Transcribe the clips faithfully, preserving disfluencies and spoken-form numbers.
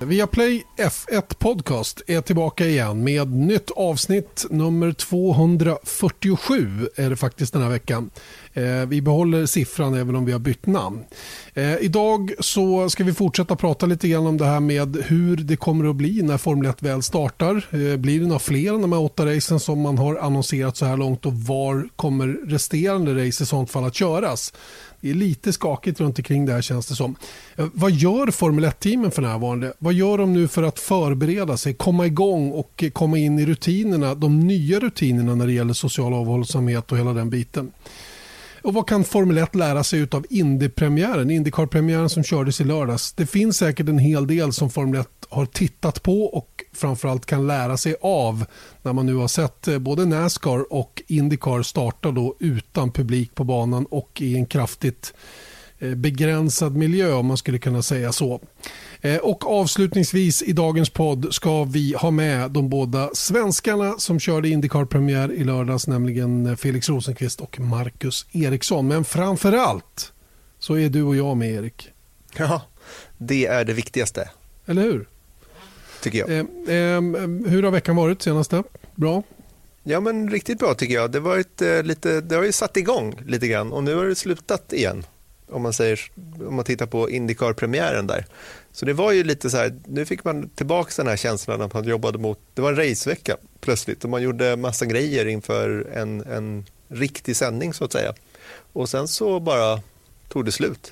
Viaplay F ett Podcast är tillbaka igen med nytt avsnitt nummer tvåhundrafyrtiosju är det faktiskt den här veckan. Eh, vi behåller siffran även om vi har bytt namn. Eh, idag så ska vi fortsätta prata lite grann om det här med hur det kommer att bli när Formel ett väl startar. Eh, blir det några fler än de här åtta racen som man har annonserat så här långt och var kommer resterande race i sånt fall att köras? Det är lite skakigt runt omkring det här känns det som. Vad gör Formel ett-teamen för närvarande? Vad gör de nu för att förbereda sig, komma igång och komma in i rutinerna, de nya rutinerna när det gäller social avhållsamhet och hela den biten? Och vad kan Formel ett lära sig av Indy-premiären, Indycar-premiären som kördes i lördags? Det finns säkert en hel del som Formel ett har tittat på och framförallt kan lära sig av när man nu har sett både NASCAR och Indycar starta då utan publik på banan och i en kraftigt begränsad miljö om man skulle kunna säga så. Och avslutningsvis i dagens podd ska vi ha med de båda svenskarna som körde Indycar-premiär i lördags, nämligen Felix Rosenqvist och Marcus Eriksson. Men framförallt så är du och jag med, Erik. Ja, det är det viktigaste. Eller hur? Tycker jag. Eh, eh, hur har veckan varit senaste? Bra? Ja, men riktigt bra tycker jag. Det, varit, eh, lite, det har ju satt igång lite grann och nu har det slutat igen. Om man, säger, om man tittar på Indycar-premiären där. Så det var ju lite så här, nu fick man tillbaka den här känslan att man jobbade mot, det var en racevecka plötsligt och man gjorde massa grejer inför en, en riktig sändning så att säga. Och sen så bara tog det slut.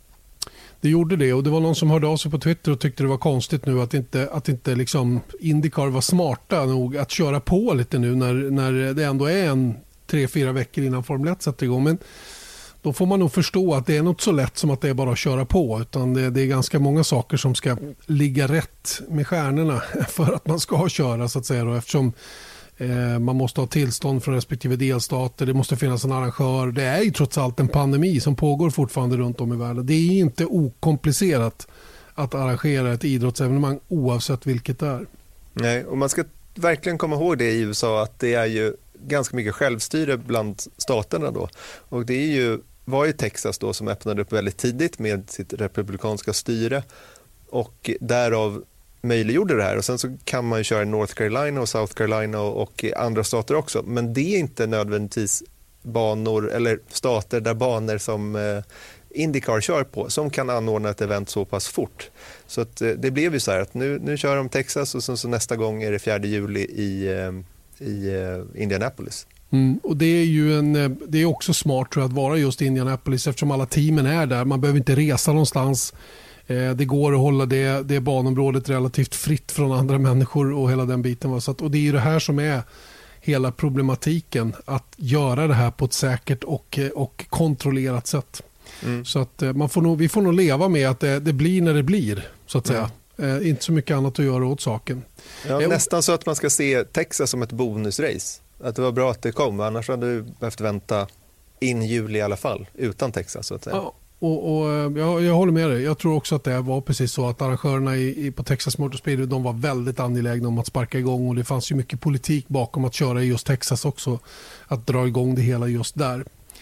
Det gjorde det och det var någon som hörde av sig på Twitter och tyckte det var konstigt nu att inte, att inte liksom Indycar var smarta nog att köra på lite nu när, när det ändå är en tre, fyra veckor innan Formel ett sätter igång. Men då får man nog förstå att det är något så lätt som att det är bara att köra på, utan det, det är ganska många saker som ska ligga rätt med stjärnorna för att man ska köra så att säga då, eftersom eh, man måste ha tillstånd från respektive delstater, det måste finnas en arrangör. Det är ju trots allt en pandemi som pågår fortfarande runt om i världen. Det är inte okomplicerat att arrangera ett idrottsevenemang oavsett vilket det är. Nej, och man ska verkligen komma ihåg det i U S A att det är ju ganska mycket självstyre bland staterna då. Och det är ju, var ju Texas då som öppnade upp väldigt tidigt med sitt republikanska styre och därav möjliggjorde det här. Och sen så kan man ju köra i North Carolina och South Carolina och, och andra stater också. Men det är inte nödvändigtvis banor eller stater där banor som eh, Indycar kör på som kan anordna ett event så pass fort. Så att, eh, det blev ju så här att nu, nu kör de Texas och sen så nästa gång är det fjärde juli i eh, i Indianapolis. Mm, och det är ju en, det är också smart tror jag, att vara just i Indianapolis eftersom alla teamen är där. Man behöver inte resa någonstans. Eh, det går att hålla det, det banområdet relativt fritt från andra människor och hela den biten. Va? Så att, och det är ju det här som är hela problematiken, att göra det här på ett säkert och, och kontrollerat sätt. Mm. Så att man får nog, vi får nog leva med att det, det blir när det blir så att säga. Mm. Eh, inte så mycket annat att göra åt saken. Ja, eh, nästan så att man ska se Texas som ett bonusrace. Att det var bra att det kom, annars hade du behövt vänta in juli i alla fall, utan Texas så att säga. Ja, och, och jag, jag håller med dig. Jag tror också att det var precis så att arrangörerna i, i, på Texas Motor Speedway, de var väldigt angelägna om att sparka igång och det fanns ju mycket politik bakom att köra i just Texas också. Att dra igång det hela just där.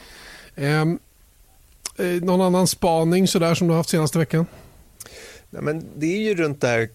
Eh, någon annan spaning så där som du har haft senaste veckan? Nej, men det är ju runt det här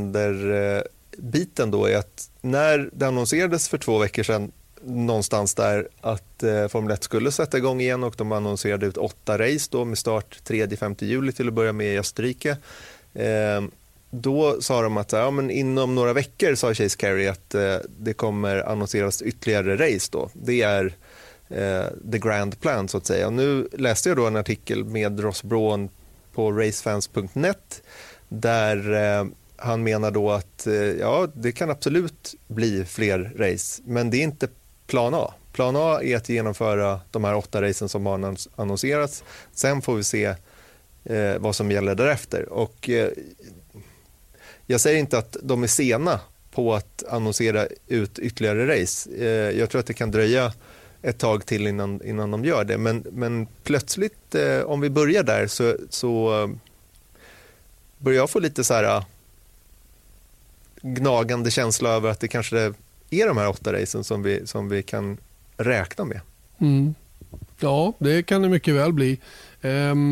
kalenderbiten då, är att när det annonserades för två veckor sedan någonstans där att eh, Formel ett skulle sätta igång igen och de annonserade ut åtta race då med start tredje femte juli till att börja med i Österrike. Eh, då sa de att ja, men inom några veckor sa Chase Carey att eh, det kommer annonseras ytterligare race då. Det är eh, the grand plan så att säga. Och nu läste jag då en artikel med Ross Brawn på racefans punkt net där eh, han menar då att eh, ja, det kan absolut bli fler race, men det är inte plan A. Plan A är att genomföra de här åtta racen som har annonserats. Sen får vi se eh, vad som gäller därefter. Och eh, jag säger inte att de är sena på att annonsera ut ytterligare race. Eh, jag tror att det kan dröja ett tag till innan, innan de gör det. Men, men plötsligt, eh, om vi börjar där så, så eh, börjar jag få lite så här gnagande känsla över att det kanske är de här åtta racen som vi, som vi kan räkna med. Mm. Ja, det kan det mycket väl bli. Um,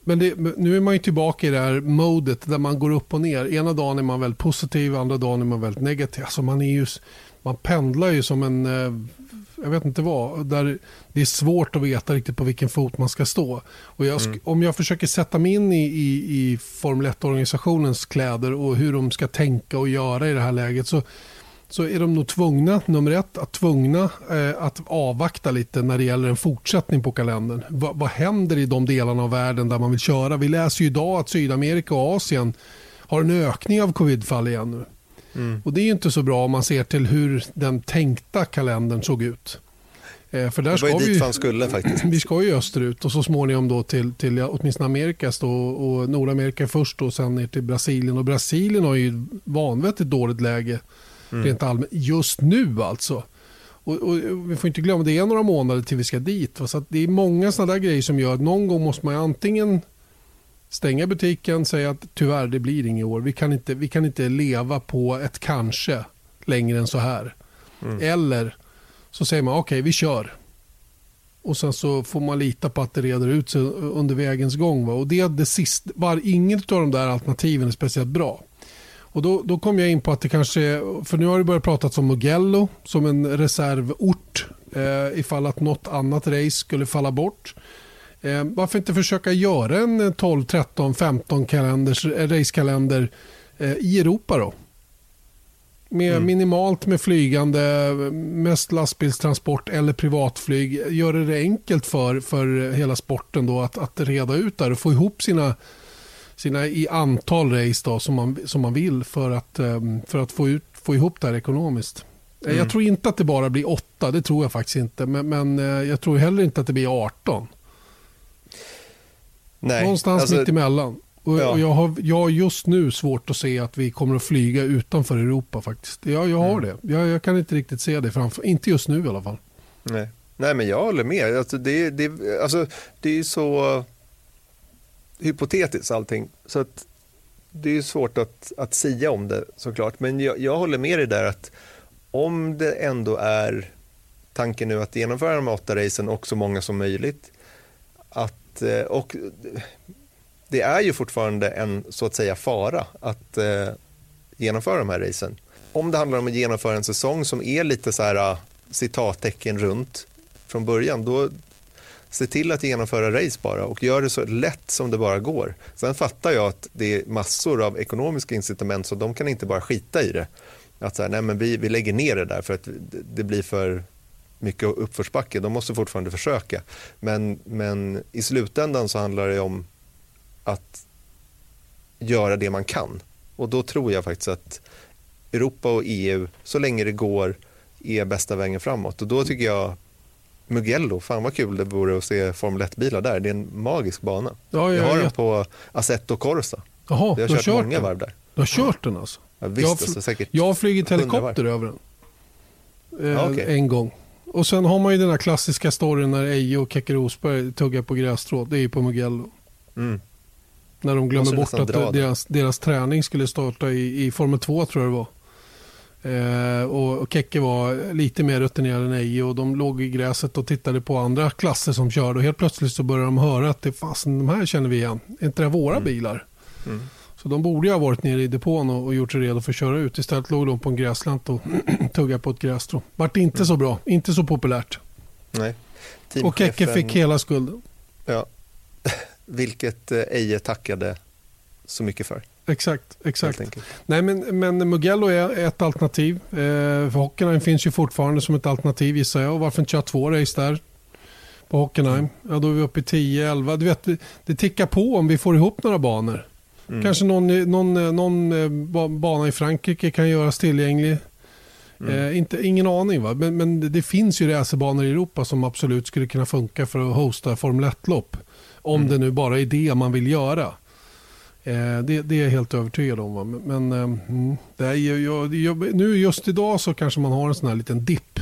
Men det, nu är man ju tillbaka i det här modet där man går upp och ner. Ena dagen är man väldigt positiv, andra dagen är man väldigt negativ. Alltså man, är ju, man pendlar ju som en, jag vet inte vad, där det är svårt att veta riktigt på vilken fot man ska stå. Och jag, mm. Om jag försöker sätta mig in i, i, i Formel ett-organisationens kläder och hur de ska tänka och göra i det här läget, så så är de nog tvungna, nummer ett, att tvungna eh, att avvakta lite när det gäller en fortsättning på kalendern. Va, vad händer i de delarna av världen där man vill köra? Vi läser ju idag att Sydamerika och Asien har en ökning av covidfall igen nu. Mm. Och det är ju inte så bra om man ser till hur den tänkta kalendern såg ut. Eh, för där det var ska ju dit vi, fan skulle faktiskt. Vi ska ju österut och så småningom då till, till ja, åtminstone Amerikas då, och Nordamerika först och sen ner till Brasilien. Och Brasilien har ju vanvettigt dåligt läge. Mm. Rent allmänt. Just nu alltså. Och, och, och vi får inte glömma, det är några månader till vi ska dit. Va? Så att det är många sådana där grejer som gör att någon gång måste man antingen stänga butiken, säga att tyvärr det blir inget år. Vi kan inte, vi kan inte leva på ett kanske längre än så här. Mm. Eller så säger man okej, okay, vi kör. Och sen så får man lita på att det reder ut sig under vägens gång. Va? Och det är det sista, var, inget av de där alternativen är speciellt bra. Och då, då kom jag in på att det kanske, för nu har det börjat pratas om Mugello som en reservort eh, ifall att något annat race skulle falla bort. Eh, varför inte försöka göra en tolv, tretton, femton kalenders, racekalender eh, i Europa då? Med mm. minimalt med flygande, mest lastbilstransport eller privatflyg. Gör det enkelt för, för hela sporten då att, att reda ut där och få ihop sina sina i antal race då, som, man, som man vill för att, för att få, ut, få ihop det här ekonomiskt. Mm. Jag tror inte att det bara blir åtta, det tror jag faktiskt inte. Men, men jag tror heller inte att det blir arton. Nej, någonstans alltså, mitt emellan. Och, ja. och jag, har, jag har just nu svårt att se att vi kommer att flyga utanför Europa faktiskt. Jag, jag har mm. det. Jag, jag kan inte riktigt se det framför. Inte just nu i alla fall. Nej, Nej men jag håller med. Alltså, det, det, alltså, det är så hypotetiskt allting. Så att det är svårt att, att sia om det såklart. Men jag, jag håller med dig där att om det ändå är tanken nu att genomföra de åtta racen och så många som möjligt. Att, och det är ju fortfarande en så att säga fara att eh, genomföra de här racen. Om det handlar om att genomföra en säsong som är lite så här citattecken runt från början, då se till att genomföra race bara och gör det så lätt som det bara går. Sen fattar jag att det är massor av ekonomiska incitament så de kan inte bara skita i det. Att så här, nej men vi, vi lägger ner det där för att det blir för mycket uppförsbacke. De måste fortfarande försöka. Men, men i slutändan så handlar det om att göra det man kan. Och då tror jag faktiskt att Europa och E U, så länge det går, är bästa vägen framåt. Och då tycker jag Mugello, fan vad kul det vore att se Formel ett-bilar där. Det är en magisk bana. Ja, ja, jag har ja. den på Assetto Corsa. Jaha, jag har kört många den. varv där. Du har kört den alltså? Ja, visst, jag, alltså, säkert jag har flugit helikopter över den. Eh, ja, okay. En gång. Och sen har man ju den här klassiska storyn när Eje och Keke Rosberg tuggar på grässtrå. Det är ju på Mugello. Mm. När de glömmer bort att deras, deras träning skulle starta i, i Formel två tror jag det var. Eh, och, och Keke var lite mer rutinerad än Eje och de låg i gräset och tittade på andra klasser som körde och helt plötsligt så började de höra att det fasen, de här känner vi igen. Är inte det våra mm. bilar? Mm. Så de borde ju ha varit nere i depån och, och gjort sig redo för att köra ut. Istället låg de på en gräslant och tuggade på ett grässtrå. Vart inte mm. så bra, inte så populärt. Nej. Och Keke fick hela skulden. Ja, vilket Eje tackade så mycket för. Exakt, exakt. Nej, men, men Mugello är ett alternativ. Eh, för Hockenheim finns ju fortfarande som ett alternativ gissar jag. Och varför inte köra två race där på Hockenheim? Mm. Ja, då är vi uppe i tio elva. Du vet, det tickar på om vi får ihop några banor. Mm. Kanske någon, någon, någon bana i Frankrike kan göras tillgänglig. Mm. Eh, inte, ingen aning va? Men, men det finns ju racerbanor i Europa som absolut skulle kunna funka för att hosta Formel ett-lopp. Om mm. det nu bara är det man vill göra. Eh, det, det är jag helt övertygad om. Va? Men eh, det är, jag, jag, nu just idag så kanske man har en sån här liten dipp.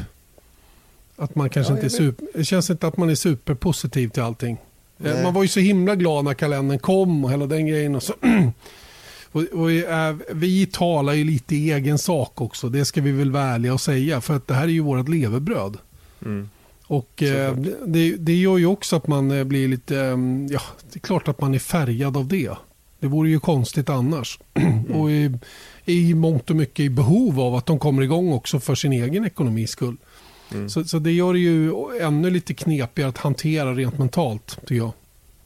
Att man kanske ja, inte är super, det känns inte att man är superpositiv till allting. Nej. Man var ju så himla glad när kalendern kom och hela den grejen. Och så. och, och, äh, vi talar ju lite i egen sak också. Det ska vi väl välja och säga. För att det här är ju vårt levebröd. Mm. Och eh, det, det gör ju också att man blir lite, ja, det är klart att man är färgad av det. Det vore ju konstigt annars. Mm. Och i, i mångt och mycket i behov av att de kommer igång också för sin egen ekonomis skull. Mm. Så, så det gör det ju ännu lite knepigare att hantera rent mentalt, tycker jag.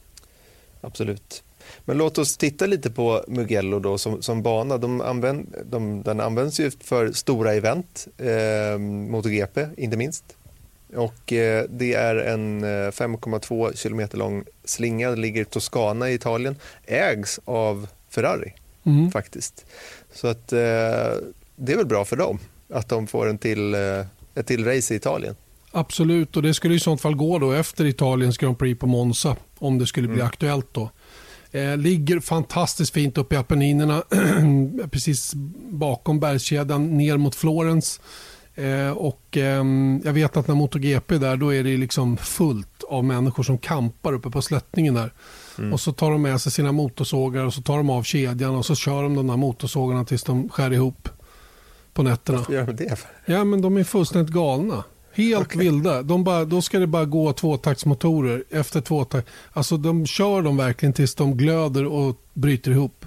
Absolut. Men låt oss titta lite på Mugello då som, som bana. De använd, de, den används ju för stora event, eh, MotoGP inte minst. Och eh, det är en eh, fem komma två kilometer lång slinga, det ligger i Toscana i Italien, ägs av Ferrari mm. faktiskt. Så att eh, det är väl bra för dem att de får en till, eh, ett till race i Italien. Absolut, och det skulle i sånt fall gå då efter Italiens Grand Prix på Monza om det skulle bli mm. aktuellt då. Eh, ligger fantastiskt fint uppe i Appenninerna precis bakom bergskedjan ner mot Florens. Eh, och eh, jag vet att när MotoGP är där, då är det liksom fullt av människor som kampar uppe på slättningen där. Mm. Och så tar de med sig sina motorsågar och så tar de av kedjan och så kör de de där motorsågarna tills de skär ihop på nätterna. Varför gör de det för? Ja, men de är fullständigt galna. Helt okay. vilda. De bara, då ska det bara gå tvåtaktsmotorer efter tvåtakt. Alltså de kör dem verkligen tills de glöder och bryter ihop.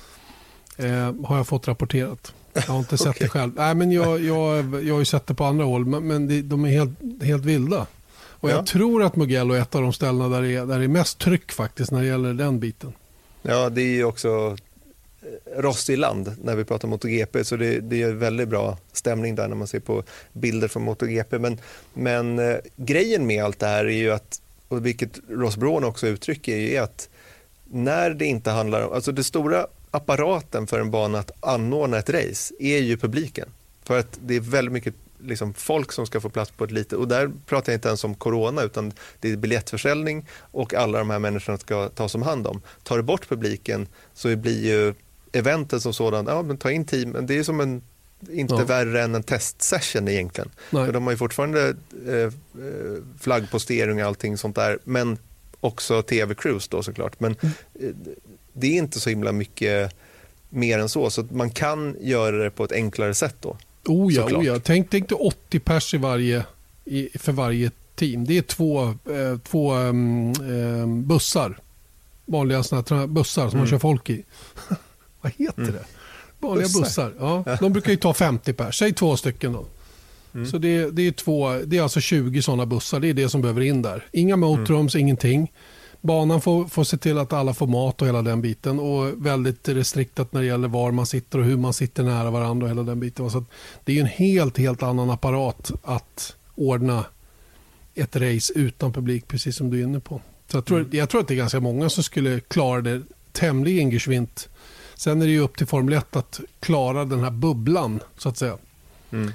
Eh, har jag fått rapporterat. Jag har inte sett okay. det själv. Nej, men jag, jag, jag har ju sett det på andra håll. Men, men de, de är helt, helt vilda. Och ja. jag tror att Mugello är ett av de ställena där det, är, där det är mest tryck faktiskt när det gäller den biten. Ja, det är ju också rostig land när vi pratar MotoGP, så det, det är väldigt bra stämning där när man ser på bilder från MotoGP. Men, men eh, grejen med allt det här är ju att, och vilket Ross Brawn också uttrycker, är att när det inte handlar om, alltså det stora apparaten för en bana att anordna ett race är ju publiken. För att det är väldigt mycket liksom folk som ska få plats på ett lite, och där pratar jag inte ens om corona, utan det är biljettförsäljning och alla de här människorna ska tas om hand om. Tar du bort publiken så blir ju eventet som sådan, ja men ta in team, det är som en, inte ja. värre än en testsession egentligen. För de har ju fortfarande eh, flaggpostering och allting sånt där, men också tv-crews då såklart. Men mm. eh, det är inte så himla mycket mer än så, så att man kan göra det på ett enklare sätt då. Oh ja, oh ja. Tänk, tänk dig åttio pers i varje, i, för varje team. Det är två, eh, två eh, bussar. Vanliga såna bussar som mm. man kör folk i. Vad heter mm. det? Vanliga bussar. bussar. Ja, ja. De brukar ju ta femtio pers. Säg två stycken då. Mm. Så det, det, är två, det är alltså tjugo sådana bussar. Det är det som behöver in där. Inga motorhomes, mm. ingenting. Banan får, får se till att alla får mat och hela den biten. Och väldigt restriktat när det gäller var man sitter och hur man sitter nära varandra och hela den biten. Så att det är en helt, helt annan apparat att ordna ett race utan publik, precis som du är inne på. Så jag tror, mm. jag tror att det är ganska många som skulle klara det tämligen geschwint. Sen är det ju upp till Formel ett att klara den här bubblan, så att säga. Mm.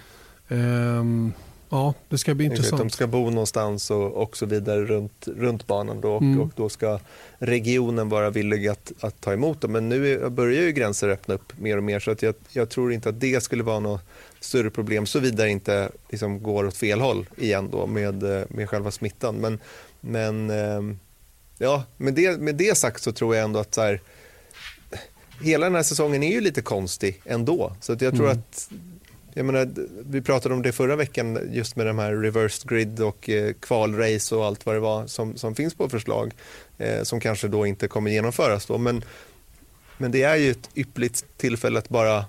Um, ja, det ska bli intressant. De ska bo någonstans och, och så vidare runt, runt banan då, och, mm. och då ska regionen vara villig att, att ta emot dem. Men nu är, börjar ju gränser öppna upp mer och mer, så att jag, jag tror inte att det skulle vara något större problem, så vidare inte liksom går åt fel håll igen då med, med själva smittan. Men, men um, ja, med det, med det sagt så tror jag ändå att så här, hela den här säsongen är ju lite konstig ändå. Så att jag tror mm. att, jag menar, vi pratade om det förra veckan just med de här reversed grid och eh, kvalrace och allt vad det var som, som finns på förslag eh, som kanske då inte kommer genomföras då. Men, men det är ju ett yppligt tillfälle att bara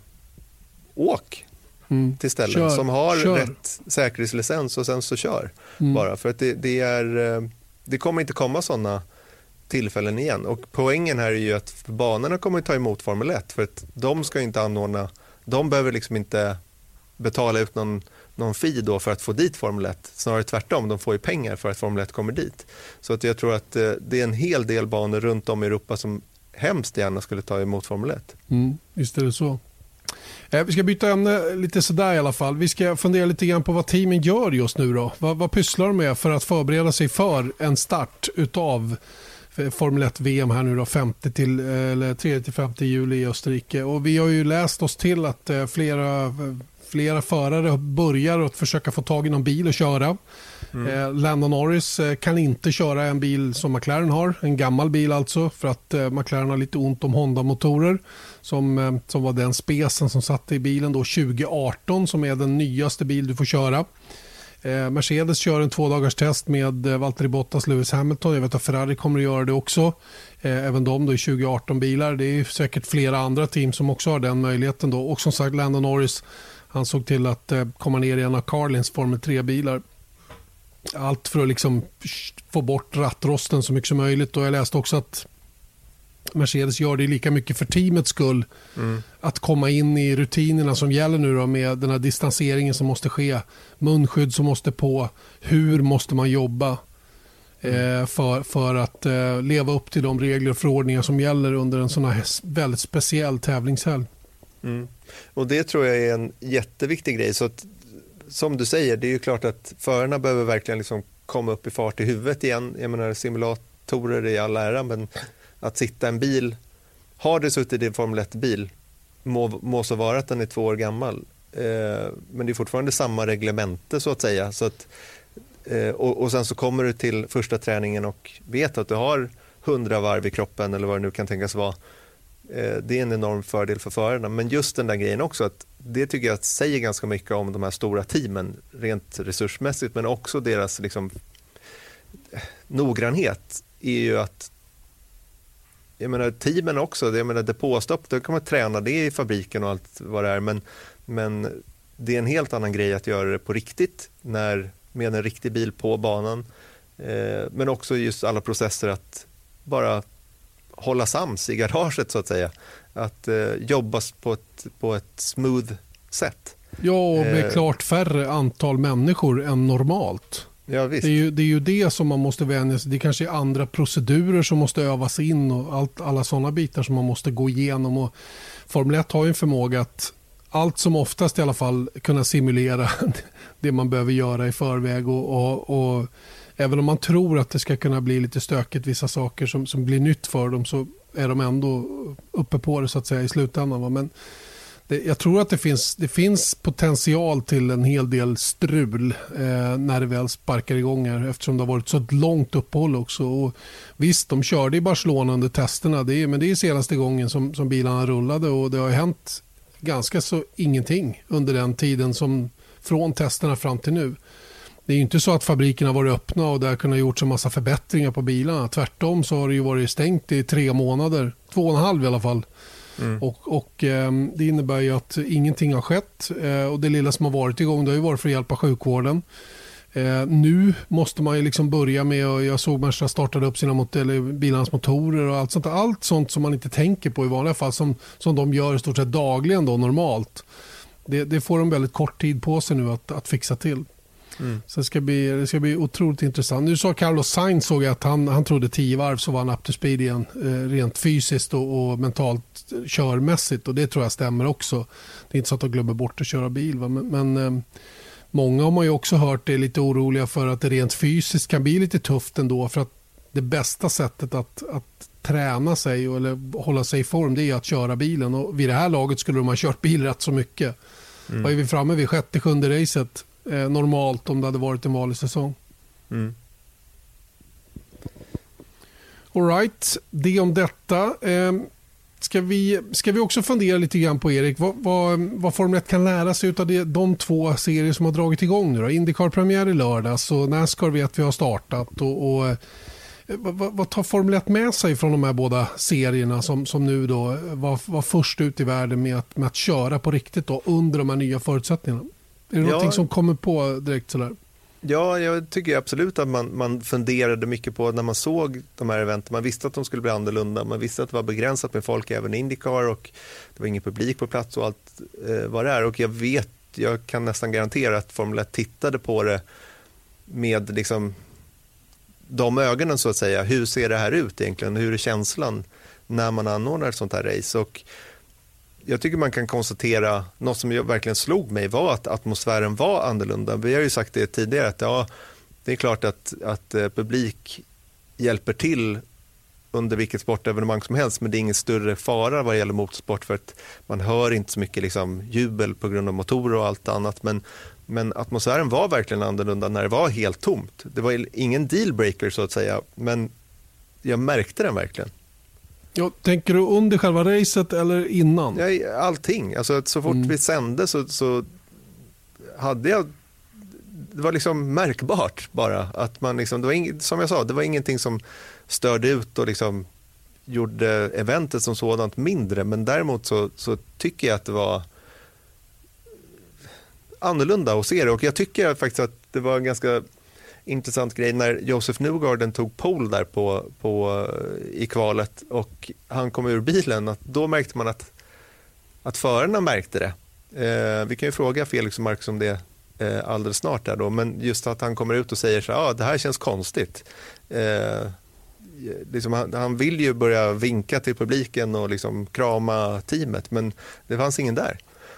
åk mm. till ställen kör, som har kör. rätt säkerhetslicens och sen så kör mm. bara. För att det, det, är, det kommer inte komma sådana tillfällen igen. Och poängen här är ju att banorna kommer att ta emot Formel ett, för att de ska inte anordna, de behöver liksom inte betala ut någon, någon fee då för att få dit Formel ett. Snarare tvärtom, de får ju pengar för att Formel ett kommer dit. Så att jag tror att eh, det är en hel del banor runt om i Europa som hemskt gärna skulle ta emot Formel ett. Mm, visst är det så. Eh, vi ska byta ämne lite sådär i alla fall. Vi ska fundera lite grann på vad teamen gör just nu då. Vad, vad pysslar de med för att förbereda sig för en start utav Formel ett-V M här nu då, femte till, eller tredje till femte juli i Österrike. Och vi har ju läst oss till att flera, flera förare börjar att försöka få tag i någon bil och köra. Mm. Eh, Lando Norris kan inte köra en bil som McLaren har, en gammal bil alltså, för att eh, McLaren har lite ont om Honda-motorer som, eh, som var den spesen som satt i bilen då tjugo arton, som är den nyaste bil du får köra. Eh, Mercedes kör en två dagars test med eh, Valtteri Bottas, Lewis Hamilton. Jag vet att Ferrari kommer att göra det också. Eh, även de då i tjugo arton-bilar. Det är säkert flera andra team som också har den möjligheten då. Och som sagt, Lando Norris, han såg till att eh, komma ner i en av Carlins Formel tre-bilar. Allt för att liksom få bort rattrosten så mycket som möjligt. Och jag läste också att Mercedes gör det lika mycket för teamets skull. Mm. Att komma in i rutinerna som gäller nu då, med den här distanseringen som måste ske. Munskydd som måste på. Hur måste man jobba mm. eh, för, för att eh, leva upp till de regler och förordningar som gäller under en sån här väldigt speciell tävlingshelg. Mm. Och det tror jag är en jätteviktig grej. Så att, som du säger, det är ju klart att förarna behöver verkligen liksom komma upp i fart i huvudet igen. Jag menar, simulatorer i all ära, men att sitta i en bil, har det suttit i en Formel ett-bil, må, må så vara att den är två år gammal. Eh, men det är fortfarande samma reglemente så att säga. Så att, eh, och, och sen så kommer du till första träningen och vet att du har hundra varv i kroppen eller vad det nu kan tänkas vara. Eh, det är en enorm fördel för förarna. Men just den där grejen också, att det tycker jag säger ganska mycket om de här stora teamen, rent resursmässigt, men också deras liksom, noggrannhet är ju att jag menar teamen också, jag menar depåstopp, då kan man träna det i fabriken och allt vad det är, men, men det är en helt annan grej att göra det på riktigt när, med en riktig bil på banan, eh, men också just alla processer att bara hålla sams i garaget så att säga, att eh, jobbas på ett, på ett smooth sätt. Ja, och med eh, klart färre antal människor än normalt. Ja, visst. Det, är ju, det är ju det som man måste vänja sig. Det kanske är andra procedurer som måste övas in och allt, alla sådana bitar som man måste gå igenom. Och Formel ett har ju en förmåga att allt som oftast i alla fall kunna simulera det man behöver göra i förväg. Och, och, och även om man tror att det ska kunna bli lite stökigt, vissa saker som, som blir nytt för dem, så är de ändå uppe på det så att säga i slutändan. Va? Men det, jag tror att det finns, det finns potential till en hel del strul eh, när det väl sparkar igång här, eftersom det har varit så ett långt uppehåll också. Och visst, de körde i Barcelona under testerna, det är, men det är senaste gången som, som bilarna rullade, och det har hänt ganska så ingenting under den tiden som från testerna fram till nu. Det är ju inte så att fabrikerna har varit öppna och där kunde ha gjort en massa förbättringar på bilarna. Tvärtom så har det ju varit stängt i tre månader, två och en halv i alla fall. Mm. Och, och eh, det innebär ju att ingenting har skett, eh, och det lilla som har varit igång, det har ju varit för att hjälpa sjukvården. Eh, nu måste man ju liksom börja med, och jag såg Merca startade upp sina mot- eller bilarnas motorer och allt sånt, allt sånt som man inte tänker på i vanliga fall, som, som de gör i stort sett dagligen då normalt. Det, det får de väldigt kort tid på sig nu att, att fixa till. Mm. Så det ska, bli, det ska bli otroligt intressant. Nu sa Carlos Sainz, såg jag att han, han trodde tio varv så var han up to speed igen, eh, rent fysiskt och, och mentalt körmässigt, och det tror jag stämmer också. Det är inte så att de glömmer bort att köra bil, va? Men, men eh, många har man ju också hört är lite oroliga för att det rent fysiskt kan bli lite tufft ändå, för att det bästa sättet att, att träna sig eller hålla sig i form, det är att köra bilen, och vid det här laget skulle de ha kört bil rätt så mycket. Mm. Och är vi framme vid sjätte, sjunde racet Eh, normalt om det hade varit en vanlig säsong. Mm. All right, det om detta. Eh, ska, vi, ska vi också fundera lite grann på, Erik, vad, vad, vad Formel ett kan lära sig av det, de två serier som har dragit igång nu då? Indycar-premiär i lördags och NASCAR vet vi har startat, och, och eh, vad, vad tar Formel ett med sig från de här båda serierna som, som nu då var, var först ut i världen med att, med att köra på riktigt då, under de här nya förutsättningarna? Är det ja, någonting som kommer på direkt sådär? Ja, jag tycker absolut att man, man funderade mycket på när man såg de här eventen. Man visste att de skulle bli annorlunda. Man visste att det var begränsat med folk även i IndyCar, och det var ingen publik på plats och allt eh, vad det är. Och jag vet, jag kan nästan garantera att Formel ett tittade på det med liksom de ögonen så att säga. Hur ser det här ut egentligen? Hur är känslan när man anordnar ett sånt här race? Och jag tycker man kan konstatera, något som jag verkligen slog mig var att atmosfären var annorlunda. Vi har ju sagt det tidigare att ja, det är klart att, att publik hjälper till under vilket sportevenemang som helst, men det är ingen större fara vad gäller motorsport, för att man hör inte så mycket liksom jubel på grund av motorer och allt annat, men, men atmosfären var verkligen annorlunda när det var helt tomt. Det var ingen dealbreaker så att säga, men jag märkte den verkligen. Ja, tänker du under själva racet eller innan? Ja, allting. Alltså, så fort mm. vi sände så, så hade jag det var liksom märkbart bara att man liksom, det var ing, som jag sa, det var ingenting som störde ut och liksom gjorde eventet som sådant mindre, men däremot så, så tycker jag att det var annorlunda att se det, och jag tycker faktiskt att det var en ganska intressant grej när Joseph Newgarden tog pole där på, på, i kvalet och han kom ur bilen, att då märkte man att, att förarna märkte det. Eh, vi kan ju fråga Felix och Marcus om det eh, alldeles snart där då, men just att han kommer ut och säger så här, ah, det här känns konstigt. Eh, liksom han, han vill ju börja vinka till publiken och liksom krama teamet, men det fanns ingen där.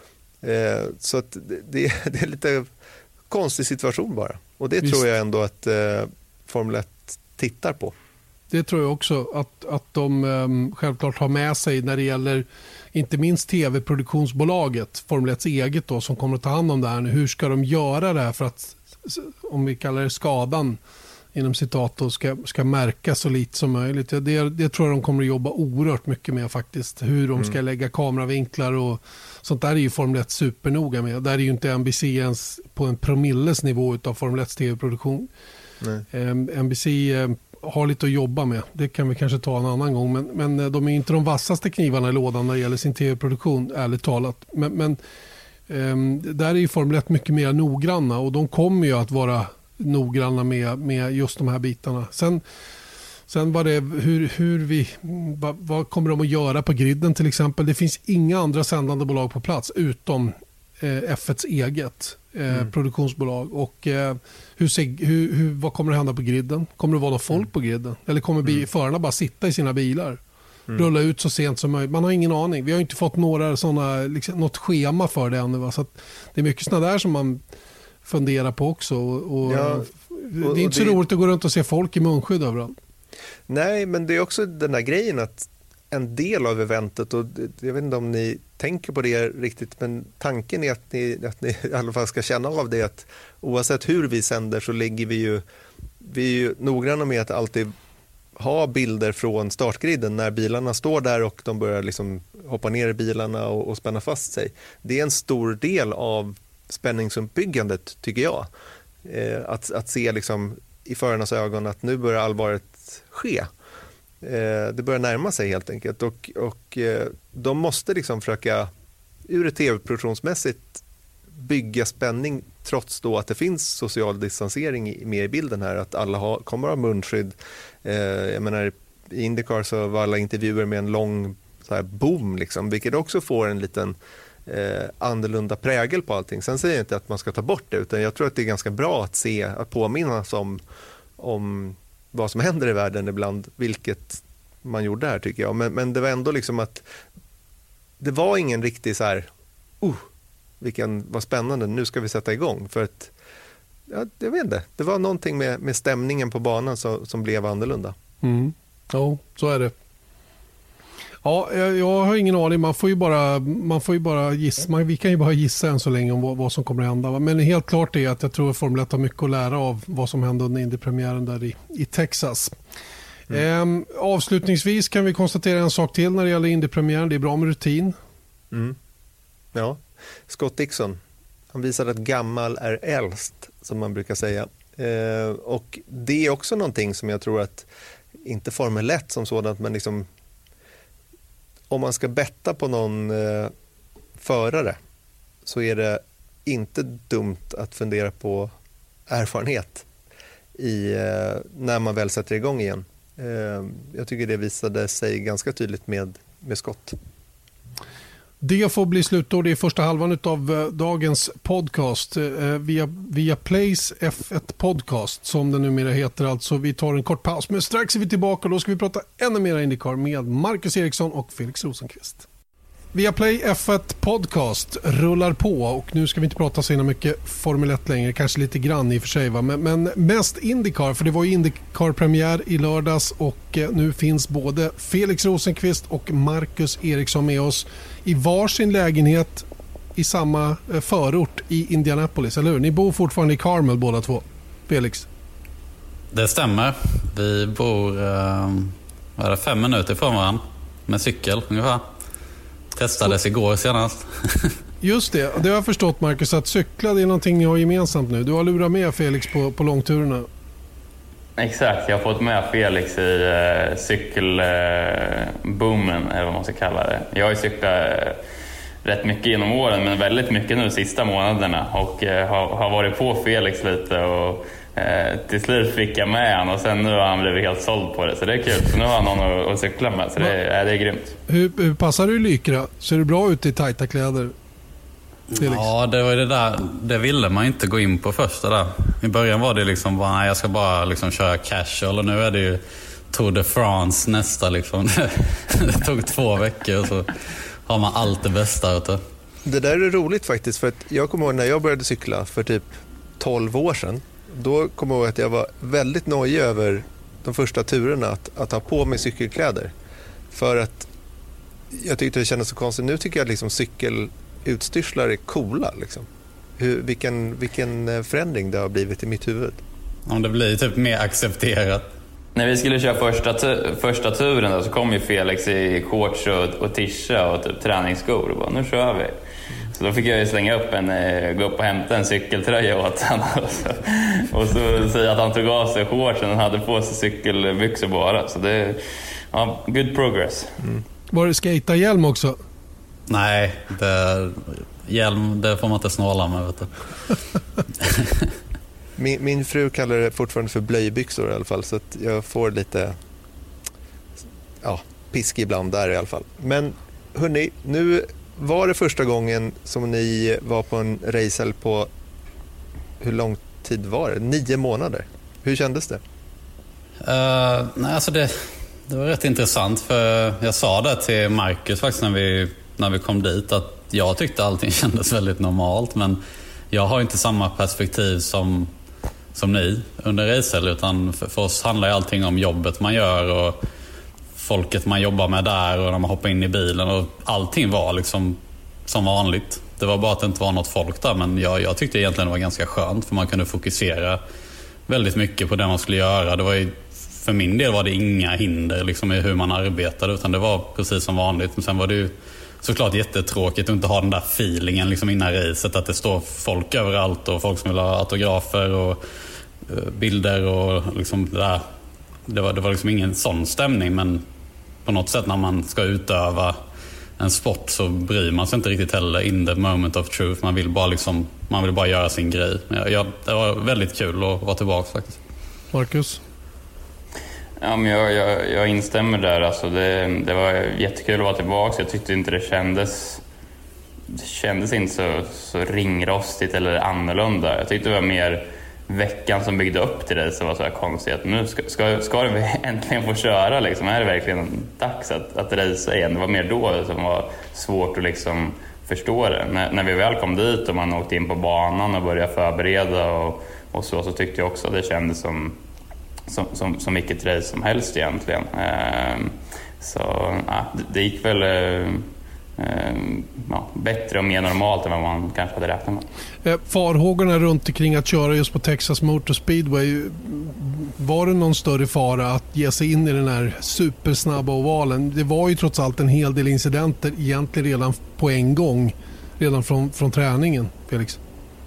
Eh, så att det, det, det är lite konstig situation bara. Och det Visst. tror jag ändå att eh, Formel ett tittar på. Det tror jag också att, att de eh, självklart har med sig när det gäller inte minst tv-produktionsbolaget, Formel etts eget då, som kommer att ta hand om det här. Hur ska de göra det här för att, om vi kallar det skadan inom citat då, ska, ska märkas så lite som möjligt. Det, det tror jag de kommer att jobba oerhört mycket med faktiskt. Hur de ska mm. lägga kameravinklar och sånt där är ju Formel ett supernoga med. Där är ju inte N B C ens på en promilles nivå av Formel etts tv-produktion. Eh, N B C eh, har lite att jobba med. Det kan vi kanske ta en annan gång. Men, men de är inte de vassaste knivarna i lådan när det gäller sin tv-produktion, ärligt talat. Men, men eh, där är ju Formel ett mycket mer noggranna, och de kommer ju att vara noggranna med, med just de här bitarna. Sen, sen var det hur, hur vi, vad, vad kommer de att göra på griden till exempel? Det finns inga andra sändande bolag på plats utom eh, F etts eget eh, mm. produktionsbolag. Och eh, hur, hur, hur, vad kommer att hända på griden? Kommer det vara någon folk mm. på griden? Eller kommer mm. förarna bara sitta i sina bilar? Mm. Rulla ut så sent som möjligt. Man har ingen aning. Vi har inte fått några såna, liksom, något schema för det ännu. Va? Så att det är mycket sådana där som man fundera på också. Och, ja, och, det är inte så det, roligt att gå runt och se folk i munskydd överallt. Nej, men det är också den där grejen att en del av eventet, och jag vet inte om ni tänker på det riktigt, men tanken är att ni, att ni i alla fall ska känna av det, att oavsett hur vi sänder så lägger vi ju, vi är ju noggranna med att alltid ha bilder från startgriden när bilarna står där och de börjar liksom hoppa ner i bilarna och, och spänna fast sig. Det är en stor del av spänningsuppbyggandet, tycker jag. Eh, att, att se liksom i förarnas ögon att nu börjar allvaret ske. Eh, det börjar närma sig helt enkelt. Och, och eh, de måste liksom försöka ur ett tv-produktionsmässigt bygga spänning trots då att det finns social distansering med i bilden här. Att alla har, kommer att ha munskydd. Eh, jag menar, i IndyCar så var alla intervjuer med en lång så här boom, liksom, vilket också får en liten Eh, annorlunda prägel på allting. Sen säger jag inte att man ska ta bort det, utan jag tror att det är ganska bra att se, att påminnas om, om vad som händer i världen ibland, vilket man gjorde här tycker jag. Men, men det var ändå liksom att det var ingen riktig så här, uh, vilken, vad spännande, nu ska vi sätta igång. För att, ja, jag vet inte, det var någonting med, med stämningen på banan som, som blev annorlunda. Mm. Ja, så är det. Ja, jag, jag har ingen aning. Man får ju bara, man får ju bara gissa. Man, vi kan ju bara gissa än så länge om vad, vad som kommer att hända. Men helt klart är att jag tror att Formel ett har mycket att lära av vad som hände under Indy-premiären där i, i Texas. Mm. Ehm, avslutningsvis kan vi konstatera en sak till när det gäller Indy-premiären. Det är bra med rutin. Mm. Ja, Scott Dixon. Han visade att gammal är äldst, som man brukar säga. Ehm, och det är också någonting som jag tror att, inte Formel ett som sådant, men liksom om man ska betta på någon eh, förare så är det inte dumt att fundera på erfarenhet i, eh, när man väl sätter igång igen. Eh, jag tycker det visade sig ganska tydligt med, med Scott. Det får bli slutord i första halvan av dagens podcast via, via Plays F ett podcast som den numera heter. Alltså vi tar en kort paus, men strax är vi tillbaka och då ska vi prata ännu mer IndyCar med Marcus Eriksson och Felix Rosenqvist. Via Play F ett podcast rullar på och nu ska vi inte prata så mycket Formel ett längre, kanske lite grann i och för sig, va? Men, men mest IndyCar, för det var ju IndyCar-premiär i lördags och nu finns både Felix Rosenqvist och Marcus Eriksson med oss i varsin lägenhet i samma förort i Indianapolis, eller hur? Ni bor fortfarande i Carmel båda två, Felix? Det stämmer. Vi bor eh, vad är det, fem minuter från varandra med cykel ungefär. Testades igår senast. Just det, det har jag förstått Marcus, att cykla det är någonting ni har gemensamt nu. Du har lurat med Felix på, på långturerna. Exakt, jag har fått med Felix i uh, cykelboomen, uh, eller vad man ska kalla det. Jag har ju cyklat uh, rätt mycket genom åren, men väldigt mycket nu de sista månaderna. Och uh, har, har varit på Felix lite och uh, till slut fick jag med han. Och sen nu har han blivit helt såld på det, så det är kul. Så nu har han någon att, att cykla med, så det, uh, det är grymt. Hur, hur passar du i Lykra? Ser du bra ut i tajta kläder? Felix? Ja, det var det där. Det ville man inte gå in på första där. I början var det liksom bara, nej, jag ska bara liksom köra casual, och nu är det ju Tour de France nästa liksom. Det tog två veckor och så har man allt det bästa ute. Det där är roligt faktiskt, för att jag kommer ihåg när jag började cykla för typ tolv år sedan. Då kommer jag ihåg att jag var väldigt nöjd över de första turerna att, att ha på mig cykelkläder. För att jag tyckte det kändes så konstigt. Nu tycker jag att liksom cykelutstyrslar är coola. Liksom. Hur, vilken, vilken förändring det har blivit i mitt huvud. Om det blir typ mer accepterat. När vi skulle köra första, tu- första turen då, så kom ju Felix i shorts och, och tisha och typ träningsskor och bara, nu kör vi. Så då fick jag ju slänga upp en, gå upp och hämta en cykeltröja åt honom. Och så, och så säga att han tog av sig shortsen och hade på sig cykelbyxor bara. Så det, ja, good progress. Mm. Var det skejtarhjälm också? Nej, det, hjälm, det får man inte snåla med, vet du. Min, min fru kallar det fortfarande för blöjbyxor i alla fall, så att jag får lite ja, pisk ibland där i alla fall. Men hörni, nu var det första gången som ni var på en racehelg på, hur lång tid var det? Nio månader. Hur kändes det? Uh, nej, alltså det, det var rätt intressant, för jag sa det till Marcus faktiskt när vi, när vi kom dit, att jag tyckte allting kändes väldigt normalt, men jag har inte samma perspektiv som som ni under racehelg, utan för, för oss handlar ju allting om jobbet man gör och folket man jobbar med där, och när man hoppar in i bilen, och allting var liksom som vanligt. Det var bara att det inte var något folk där, men jag, jag tyckte egentligen det var ganska skönt, för man kunde fokusera väldigt mycket på det man skulle göra. Det var ju, för min del var det inga hinder liksom i hur man arbetade, utan det var precis som vanligt. Men sen var det ju såklart jättetråkigt att inte ha den där feelingen liksom innan racet, att det står folk överallt och folk som vill ha autografer och uh, bilder och liksom det där. Det var, det var liksom ingen sån stämning, men på något sätt när man ska utöva en sport så bryr man sig inte riktigt heller in the moment of truth. Man vill bara liksom, man vill bara göra sin grej. Jag, jag, det var väldigt kul att vara tillbaka faktiskt. Marcus? Ja, men jag, jag, jag instämmer där. Alltså det, det var jättekul att vara tillbaka. Jag tyckte inte det kändes det kändes inte så, så ringrostigt eller annorlunda. Jag tyckte det var mer veckan som byggde upp till det som var så här konstigt. Nu ska, ska, ska vi äntligen få köra liksom. Är det verkligen dags att, att racea igen? Det var mer då det som var svårt att liksom förstå det. När, när vi väl kom dit och man åkte in på banan och började förbereda och, och så, så tyckte jag också att det kändes som Som, som, som vilket race som helst egentligen. Eh, så ja, det, det gick väl eh, eh, ja, bättre och mer normalt än vad man kanske hade räknat med. Eh, farhågorna runt omkring att köra just på Texas Motor Speedway, var det någon större fara att ge sig in i den här supersnabba ovalen? Det var ju trots allt en hel del incidenter egentligen redan på en gång, redan från, från träningen, Felix.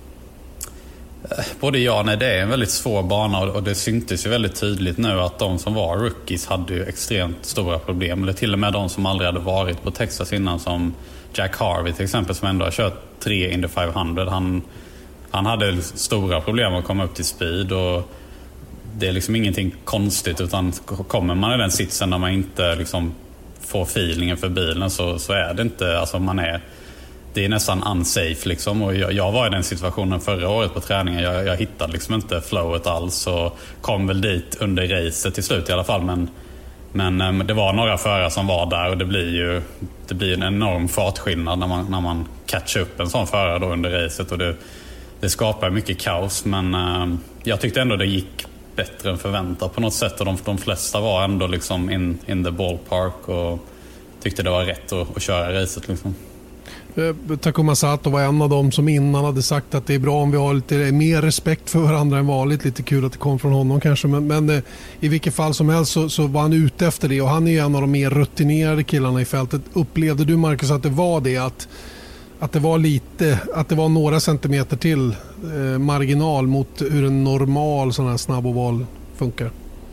Både ja och nej, det är en väldigt svår bana, och det syntes ju väldigt tydligt nu att de som var rookies hade ju extremt stora problem. Eller till och med de som aldrig hade varit på Texas innan, som Jack Harvey till exempel, som ändå har kört tre Indy femhundra. Han, han hade stora problem att komma upp till speed, och det är liksom ingenting konstigt, utan kommer man i den sitsen när man inte liksom får feelingen för bilen, så, så är det inte, alltså man är det är nästan unsafe liksom, och jag, jag var i den situationen förra året på träningen. Jag, jag hittade liksom inte flowet alls och kom väl dit under racet till slut i alla fall, men, men det var några förare som var där, och det blir ju det blir en enorm fartskillnad när man, när man catchar upp en sån förare då under racet, och det, det skapar mycket kaos, men äh, jag tyckte ändå det gick bättre än förväntat på något sätt, och de, de flesta var ändå liksom in, in the ballpark och tyckte det var rätt att, att köra racet liksom. Takuma Sato var en av dem som innan hade sagt att det är bra om vi har lite mer respekt för varandra än vanligt. Lite kul att det kom från honom kanske, men, men i vilket fall som helst så, så var han ute efter det, och han är ju en av de mer rutinerade killarna i fältet. Upplevde du, Marcus, att det var det, att, att det var lite, att det var några centimeter till eh, marginal mot hur en normal sån här snabboval funkar?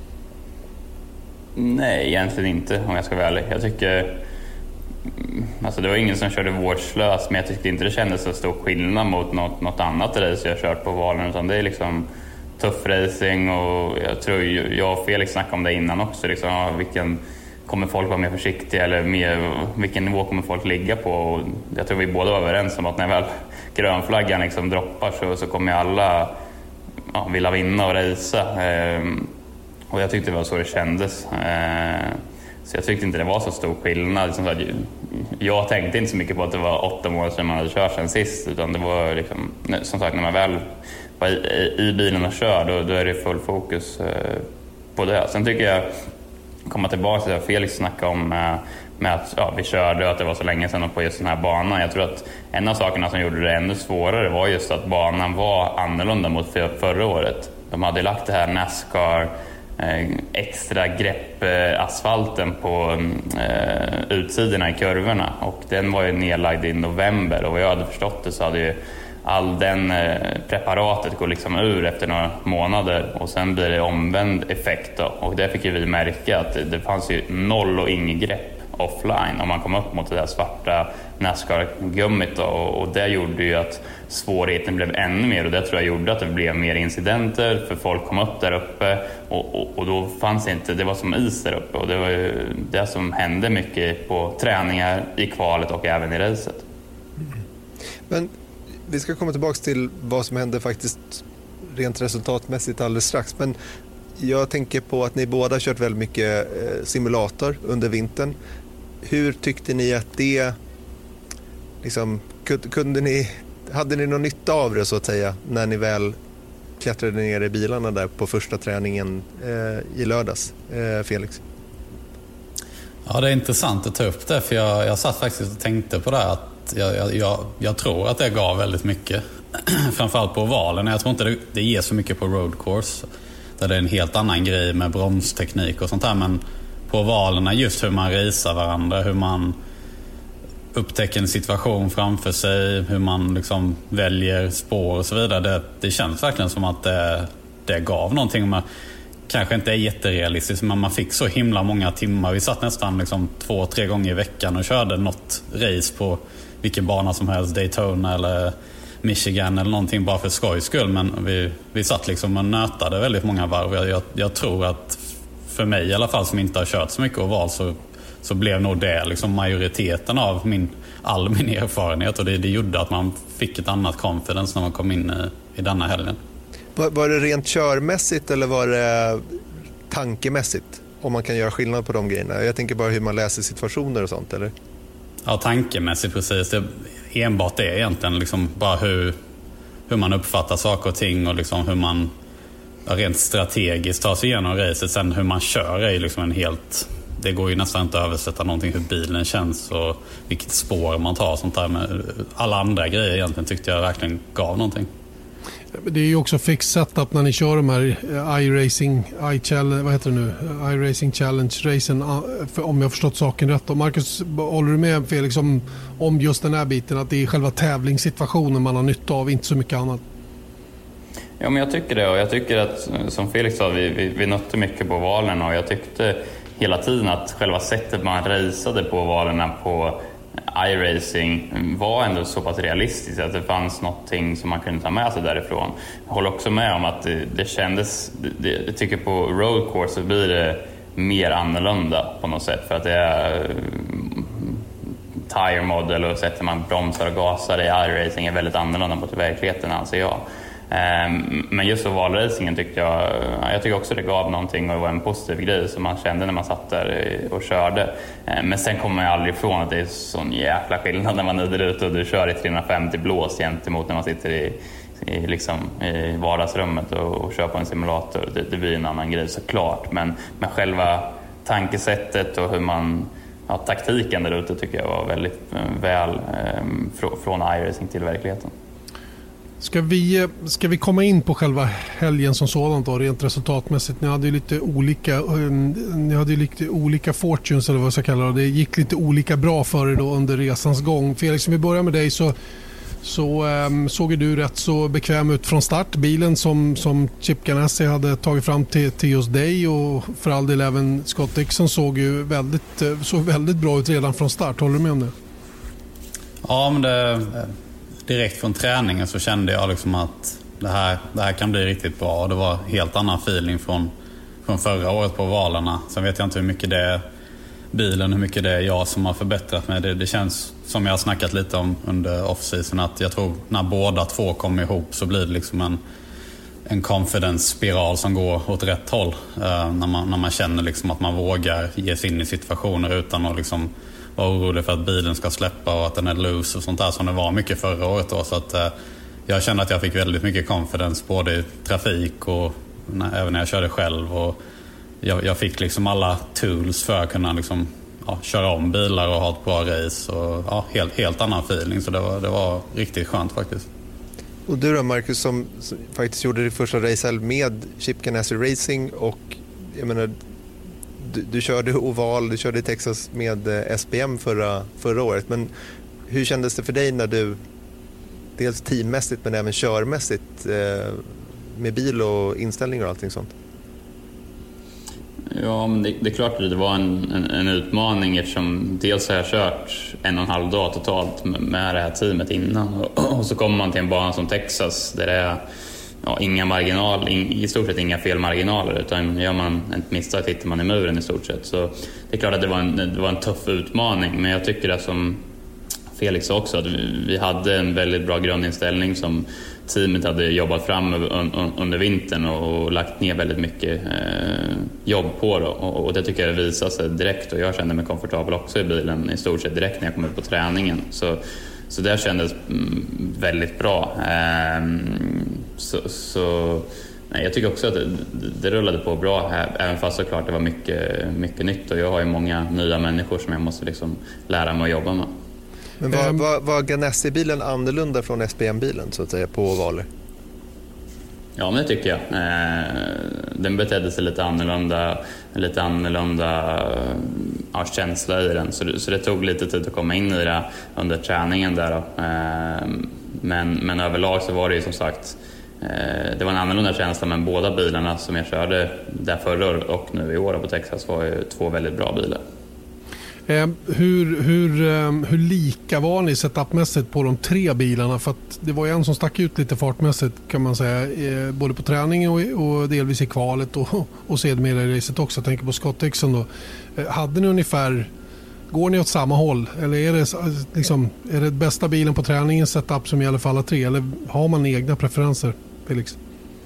Nej, egentligen inte om jag ska vara ärlig. Jag tycker, alltså det var ingen som körde vårdslöst, men jag tyckte inte det kändes så stor skillnad mot något, något annat race jag kört på valen, utan det är liksom tuff racing. Och jag tror jag och Felix snackade om det innan också, liksom, ja, vilken kommer folk vara mer försiktiga eller mer, vilken nivå kommer folk ligga på. Och jag tror vi båda var överens om att när väl grönflaggan liksom droppar så, så kommer alla ja, vilja vinna och racea. Ehm, och jag tyckte det var så det kändes. Ehm, så jag tyckte inte det var så stor skillnad. Som sagt, jag tänkte inte så mycket på att det var åtta mål som man hade kört sen sist, utan det var liksom, som sagt, när man väl var i, i bilen och kör, då, då är det full fokus eh, på det. Sen tycker jag, komma tillbaka till det Felix snackade om med, med att ja, vi körde och att det var så länge sedan på just den här banan. Jag tror att en av sakerna som gjorde det ännu svårare var just att banan var annorlunda mot för, förra året. De hade lagt det här NASCAR eh, extra grepp eh, asfalten på eh, utsidorna i kurvorna, och den var ju nedlagd i november, och vad jag hade förstått det så hade ju all den eh, preparatet går liksom ur efter några månader, och sen blir det omvänd effekt då. Och det fick ju vi märka att det, det fanns ju noll och inget grepp offline om man kom upp mot det där svarta NASCAR-gummit då, och, och det gjorde ju att svårigheten blev ännu mer, och det tror jag gjorde att det blev mer incidenter, för folk kom upp där uppe och, och, och då fanns inte, det var som is där uppe, och det var ju det som hände mycket på träningar, i kvalet och även i racet. Men vi ska komma tillbaka till vad som hände faktiskt rent resultatmässigt alldeles strax. Men jag tänker på att ni båda kört väldigt mycket simulator under vintern. Hur tyckte ni att det liksom, kunde ni, hade ni någon nytta av det så att säga när ni väl klättrade ner i bilarna där på första träningen eh, i lördags, eh, Felix? Ja, det är intressant att ta upp det, för jag, jag satt faktiskt och tänkte på det, att Jag, jag, jag, jag tror att det gav väldigt mycket. Framförallt på ovalen. Jag tror inte det, det ger så mycket på road course, där det är en helt annan grej med bromsteknik och sånt där. Men på ovalerna, just hur man racear varandra, hur man upptäcker en situation framför sig, hur man liksom väljer spår och så vidare. Det, det känns verkligen som att det, det gav någonting. Man kanske inte är jätterealistiskt, men man fick så himla många timmar. Vi satt nästan liksom två, tre gånger i veckan och körde något race på vilken bana som helst, Daytona eller Michigan eller någonting, bara för skojs skull. Men vi, vi satt liksom och nötade väldigt många varv. Jag, jag, jag tror att för mig i alla fall, som inte har kört så mycket oval, så, så blev nog det liksom majoriteten av min, all min erfarenhet. Och det, det gjorde att man fick ett annat confidence när man kom in i, i denna helgen. Var, var det rent körmässigt eller var det tankemässigt? Om man kan göra skillnad på de grejerna. Jag tänker bara hur man läser situationer och sånt, eller? Ja, tankemässigt precis. Det enbart det egentligen, liksom bara hur, hur man uppfattar saker och ting, och liksom hur man rent strategiskt tar sig igenom racet. Sen hur man kör är liksom en helt... Det går ju nästan inte att översätta någonting, hur bilen känns och vilket spår man tar, sånt där. Med alla andra grejer egentligen tyckte jag verkligen gav någonting. Det är ju också fix setup när ni kör de här iRacing, iChallenge, vad heter det nu? iRacing Challenge-racen, om jag har förstått saken rätt. Och Marcus, håller du med Felix om, om just den här biten, att det är själva tävlingssituationen man har nytta av, inte så mycket annat? Ja, men jag tycker det, och jag tycker att, som Felix sa, vi, vi, vi nötte mycket på valerna, och jag tyckte hela tiden att själva sättet man raceade på valerna på iRacing var ändå så pass realistiskt att det fanns någonting som man kunde ta med sig därifrån. Jag håller också med om att det, det kändes, det, jag tycker på road course så blir det mer annorlunda på något sätt, för att det är tire model och sättet man bromsar och gasar i iRacing är väldigt annorlunda mot verkligheten, anser jag. Men just ovalracingen tyckte jag, jag tycker också det gav någonting och var en positiv grej som man kände när man satt där och körde. Men sen kommer man ju aldrig ifrån att det är sån jäkla skillnad när man är där ute och du kör i trehundrafemtio blås gentemot när man sitter i, i, liksom, i vardagsrummet och, och kör på en simulator. Det, det blir en annan grej såklart, men, men själva tankesättet och hur man, ja, taktiken där ute tycker jag var väldigt väl eh, från iRacing till verkligheten. Ska vi, ska vi komma in på själva helgen som sådant då, rent resultatmässigt? Ni hade ju lite olika, um, ni hade ju lite olika fortunes eller vad jag ska kalla det. Det gick lite olika bra för er då under resans gång. Felix, om vi börjar med dig så, så um, såg du rätt så bekväm ut från start. Bilen som, som Chip Ganassi hade tagit fram till, till just dig och för all del även Scott Dixon såg ju väldigt, såg väldigt bra ut redan från start. Håller du med om det? Ja, men det... Direkt från träningen så kände jag liksom att det här, det här kan bli riktigt bra. Och det var helt annan feeling från, från förra året på valarna. Sen vet jag inte hur mycket det är bilen, hur mycket det är jag som har förbättrat mig. Det, det känns som jag har snackat lite om under off-season att jag tror när båda två kommer ihop så blir det liksom en, en confidence-spiral som går åt rätt håll. Uh, när, man, när man känner liksom att man vågar ge sig in i situationer utan att liksom var orolig för att bilen ska släppa och att den är loose och sånt där som det var mycket förra året då. Så att eh, jag kände att jag fick väldigt mycket confidence både i trafik och när, även när jag körde själv och jag, jag fick liksom alla tools för att kunna liksom, ja, köra om bilar och ha ett bra race och ja, helt, helt annan feeling, så det var, det var riktigt skönt faktiskt. Och du då Marcus som, som faktiskt gjorde ditt första race med Chip Ganassi Racing och jag menar Du, du körde oval, du körde i Texas med S P M förra, förra året. Men hur kändes det för dig när du, dels teammässigt men även körmässigt, eh, med bil och inställningar och allting sånt? Ja, men det, det är klart att det var en, en, en utmaning eftersom dels har jag kört en och en halv dag totalt med, med det här teamet innan. Och, och så kommer man till en bana som Texas där det är ja, inga marginal, in, i stort sett inga felmarginaler, utan gör man ett misstag hittar man i muren i stort sett. Så det är klart att det var en, det var en tuff utmaning, men jag tycker att som Felix också att vi, vi hade en väldigt bra grundinställning som teamet hade jobbat fram un, under vintern och, och lagt ner väldigt mycket eh, jobb på det, och, och det tycker jag visar sig direkt, och jag kände mig komfortabel också i bilen i stort sett direkt när jag kom ut på träningen. Så Så det kändes väldigt bra. Så, så nej, jag tycker också att det, det rullade på bra här, även fast såklart det var mycket, mycket nytt, och jag har ju många nya människor som jag måste liksom lära mig att jobba med. Men var, var, var Ganassi-bilen annorlunda från S P M-bilen så att säga på ovaler? Ja, men det tycker jag. Den betedde sig lite annorlunda, lite annorlunda ja, känsla i den. Så det, så det tog lite tid att komma in i det under träningen där. Men, men överlag så var det ju som sagt, det var en annorlunda känsla, men båda bilarna som jag körde där förra året och nu i år på Texas var ju två väldigt bra bilar. Eh, hur, hur, eh, hur lika var ni setupmässigt på de tre bilarna? För att det var ju en som stack ut lite fartmässigt kan man säga, eh, både på träningen och, och delvis i kvalet och, och sedermera i racet också. Jag tänker på Scott Dixon då. Eh, hade ni ungefär, går ni åt samma håll? Eller är det, liksom, är det bästa bilen på träningen setup som gäller för alla tre? Eller har man egna preferenser, Felix?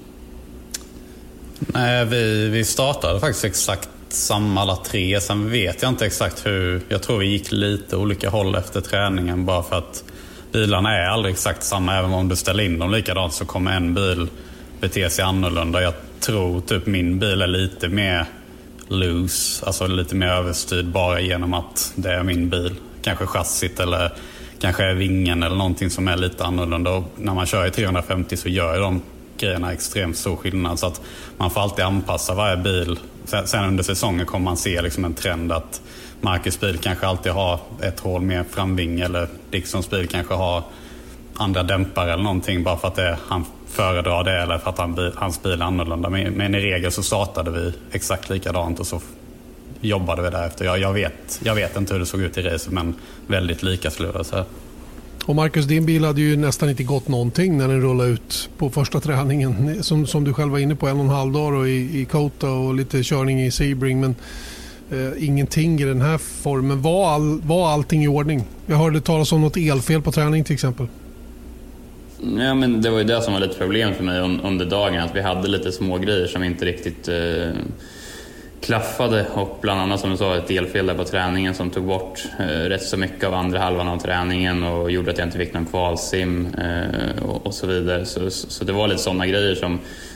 Nej, vi, vi startade faktiskt exakt samma alla tre. Sen vet jag inte exakt hur. Jag tror vi gick lite olika håll efter träningen, bara för att bilarna är aldrig exakt samma. Även om du ställer in dem likadant så kommer en bil bete sig annorlunda. Jag tror typ min bil är lite mer loose, alltså lite mer överstyrd bara genom att det är min bil. Kanske chassit eller kanske är vingen eller någonting som är lite annorlunda. Och när man kör i trehundrafemtio så gör de grejerna extremt stor skillnad, så att man får alltid anpassa varje bil. Sen under säsongen kommer man se liksom en trend att Marcus bil kanske alltid har ett hål mer framving, eller Dixons bil kanske har andra dämpare eller någonting, bara för att det, han föredrar det, eller för att han, hans bil är annorlunda. Men, men i regel så startade vi exakt likadant och så jobbade vi därefter. Jag, jag, vet, jag vet inte hur det såg ut i racet, men väldigt lika skulle jag säga. Och Marcus, din bil hade ju nästan inte gått någonting när den rullade ut på första träningen. Som, som du själv var inne på, en och en halv dag och i, i Kota och lite körning i Sebring. Men eh, ingenting i den här formen. Var, all, var allting i ordning? Jag hörde talas om något elfel på träning till exempel. Ja, men det var ju det som var lite problem för mig under dagen. Att vi hade lite små grejer som inte riktigt eh, klaffade. Och bland annat som du sa, ett elfel där på träningen som tog bort eh, rätt så mycket av andra halvan av träningen. Och gjorde att jag inte fick någon kvalsim eh, och, och så vidare. Så, så det var lite sådana grejer som,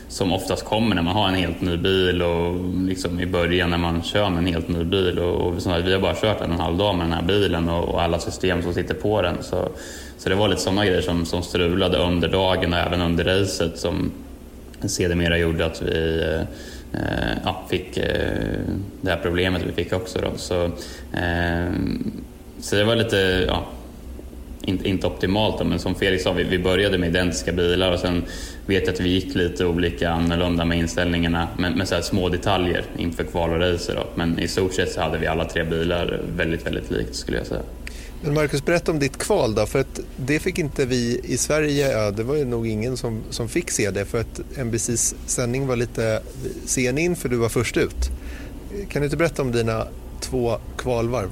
som oftast kommer när man har en helt ny bil och liksom i början när man kör med en helt ny bil. Och, och så, vi har bara kört en, en halv dag med den här bilen och, och alla system som sitter på den. Så, så det var lite sådana grejer som, som strulade under dagen och även under racet som sedermera gjorde att vi eh, ja, fick eh, det här problemet vi fick också. Då. Så, eh, så det var lite... Ja, Inte, inte optimalt då, men som Felix sa, vi, vi började med identiska bilar och sen vet jag att vi gick lite olika annorlunda med inställningarna, men med så här små detaljer inför kval och racer då. Men i stort sett så hade vi alla tre bilar väldigt, väldigt likt skulle jag säga. Men Marcus, berätta om ditt kval då, för att det fick inte vi i Sverige, ja, det var ju nog ingen som, som fick se det, för att N B C:s sändning var lite sen in för du var först ut. Kan du inte berätta om dina två kvalvarv?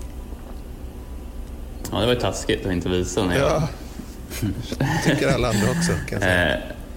Ja, det var ju taskigt att inte visa när jag... Ja, tycker alla andra också kan jag säga.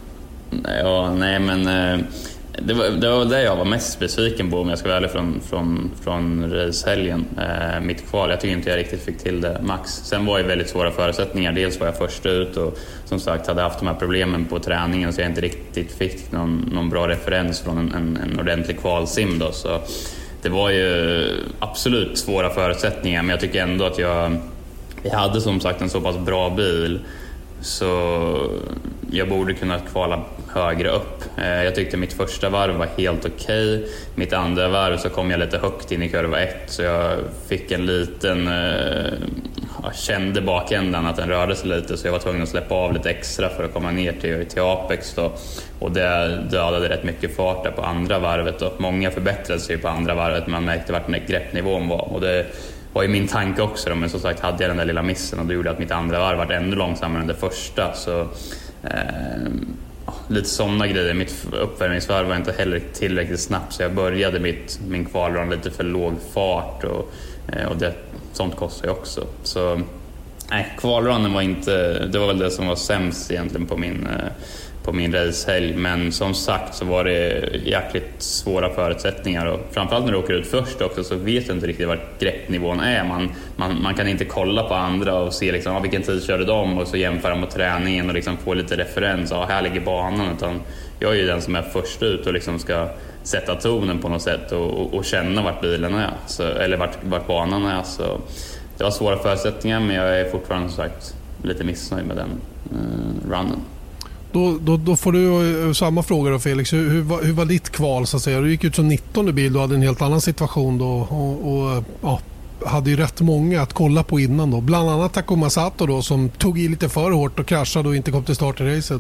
Ja, nej men det var, det var det jag var mest besviken på om jag ska vara ärlig från, från, från racehelgen, eh, mitt kval. Jag tycker inte jag riktigt fick till det max. Sen var det väldigt svåra förutsättningar. Dels var jag först ut och som sagt hade haft de här problemen på träningen så jag inte riktigt fick någon, någon bra referens från en, en, en ordentlig kvalsim då. Så det var ju absolut svåra förutsättningar, men jag tycker ändå att jag Jag hade som sagt en så pass bra bil så jag borde kunna kvala högre upp. Jag tyckte mitt första varv var helt okej. Okay. Mitt andra varv så kom jag lite högt in i kurva ett så jag fick en liten... Jag kände bakändan att den rörde sig lite så jag var tvungen att släppa av lite extra för att komma ner till, till Apex då. Och det dödade rätt mycket fart där på andra varvet. Och många förbättrade sig på andra varvet men man märkte vart den greppnivån var. Och det var ju min tanke också då, men som sagt hade jag den där lilla missen och det gjorde att mitt andra varv var ännu långsammare än det första. Så eh, lite sådana grejer. Mitt uppvärmningsvarv var inte heller tillräckligt snabbt så jag började mitt, min kvalrun lite för låg fart och, eh, och det, sånt kostar ju också. Så nej, kvalrunnen var inte, det var väl det som var sämst egentligen på min eh, på min racehelg, men som sagt så var det jäkligt svåra förutsättningar och framförallt när du åker ut först också så vet du inte riktigt vad greppnivån är. Man, man, man kan inte kolla på andra och se liksom, ah, vilken tid körde de och så jämföra mot träningen och liksom få lite referens, ah, här ligger banan, utan jag är ju den som är först ut och liksom ska sätta tonen på något sätt och, och, och känna vart bilen är, så, eller vart, vart banan är. Så det var svåra förutsättningar, men jag är fortfarande som sagt lite missnöjd med den eh, runnen. Då, då, då får du samma fråga då Felix. Hur, hur, var, hur var ditt kval så att säga? Du gick ut som nittonde bil, du hade en helt annan situation då och, och ja, hade ju rätt många att kolla på innan då. Bland annat Takuma Sato då som tog i lite för hårt och kraschade och inte kom till start i racet.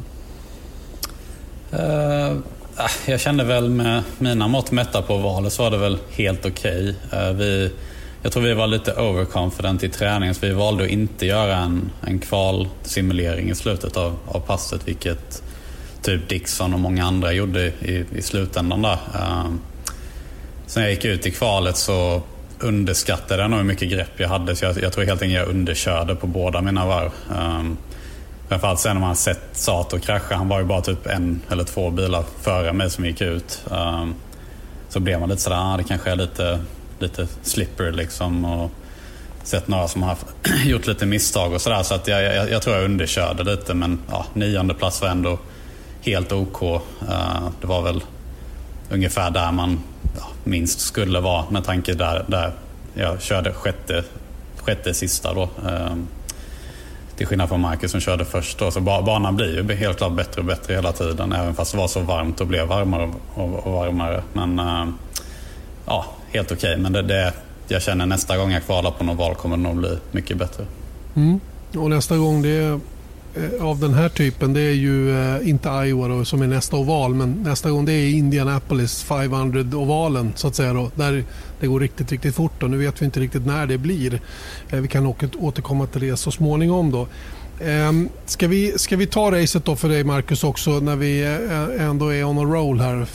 Uh, jag kände väl med mina mått mätta på valet så var det väl helt okej. Okay. Uh, vi Jag tror vi var lite overconfident i träningen så vi valde att inte göra en, en kvalsimulering i slutet av, av passet, vilket typ Dixon och många andra gjorde i, i slutändan där. Uh, sen jag gick ut i kvalet så underskattade jag nog hur mycket grepp jag hade, så jag, jag tror helt enkelt jag underkörde på båda mina varv. Um, framförallt sen när man sett Sato krascha, han var ju bara typ en eller två bilar före mig som gick ut. Um, så blev man lite sådär, ah, det kanske är lite... lite slipper liksom och sett några som har gjort lite misstag och sådär, så att jag, jag, jag tror jag underkörde lite, men ja, nionde plats var ändå helt OK. Uh, det var väl ungefär där man ja, minst skulle vara med tanke där, där jag körde sjätte, sjätte sista då. Uh, till skillnad från Marcus som körde först då, så banan blir ju helt klart bättre och bättre hela tiden, även fast det var så varmt och blev varmare och, och varmare, men uh, ja, helt okej, okay, men det, det, jag känner nästa gång jag kvalar på någon val kommer det nog bli mycket bättre. Mm. Och nästa gång det är, av den här typen, det är ju eh, inte Iowa då, som är nästa oval, men nästa gång det är Indianapolis femhundra-ovalen så att säga då, där det går riktigt, riktigt fort och nu vet vi inte riktigt när det blir. Eh, vi kan också återkomma till det så småningom då. Eh, ska, vi, ska vi ta racet då för dig Marcus också när vi eh, ändå är on a roll här?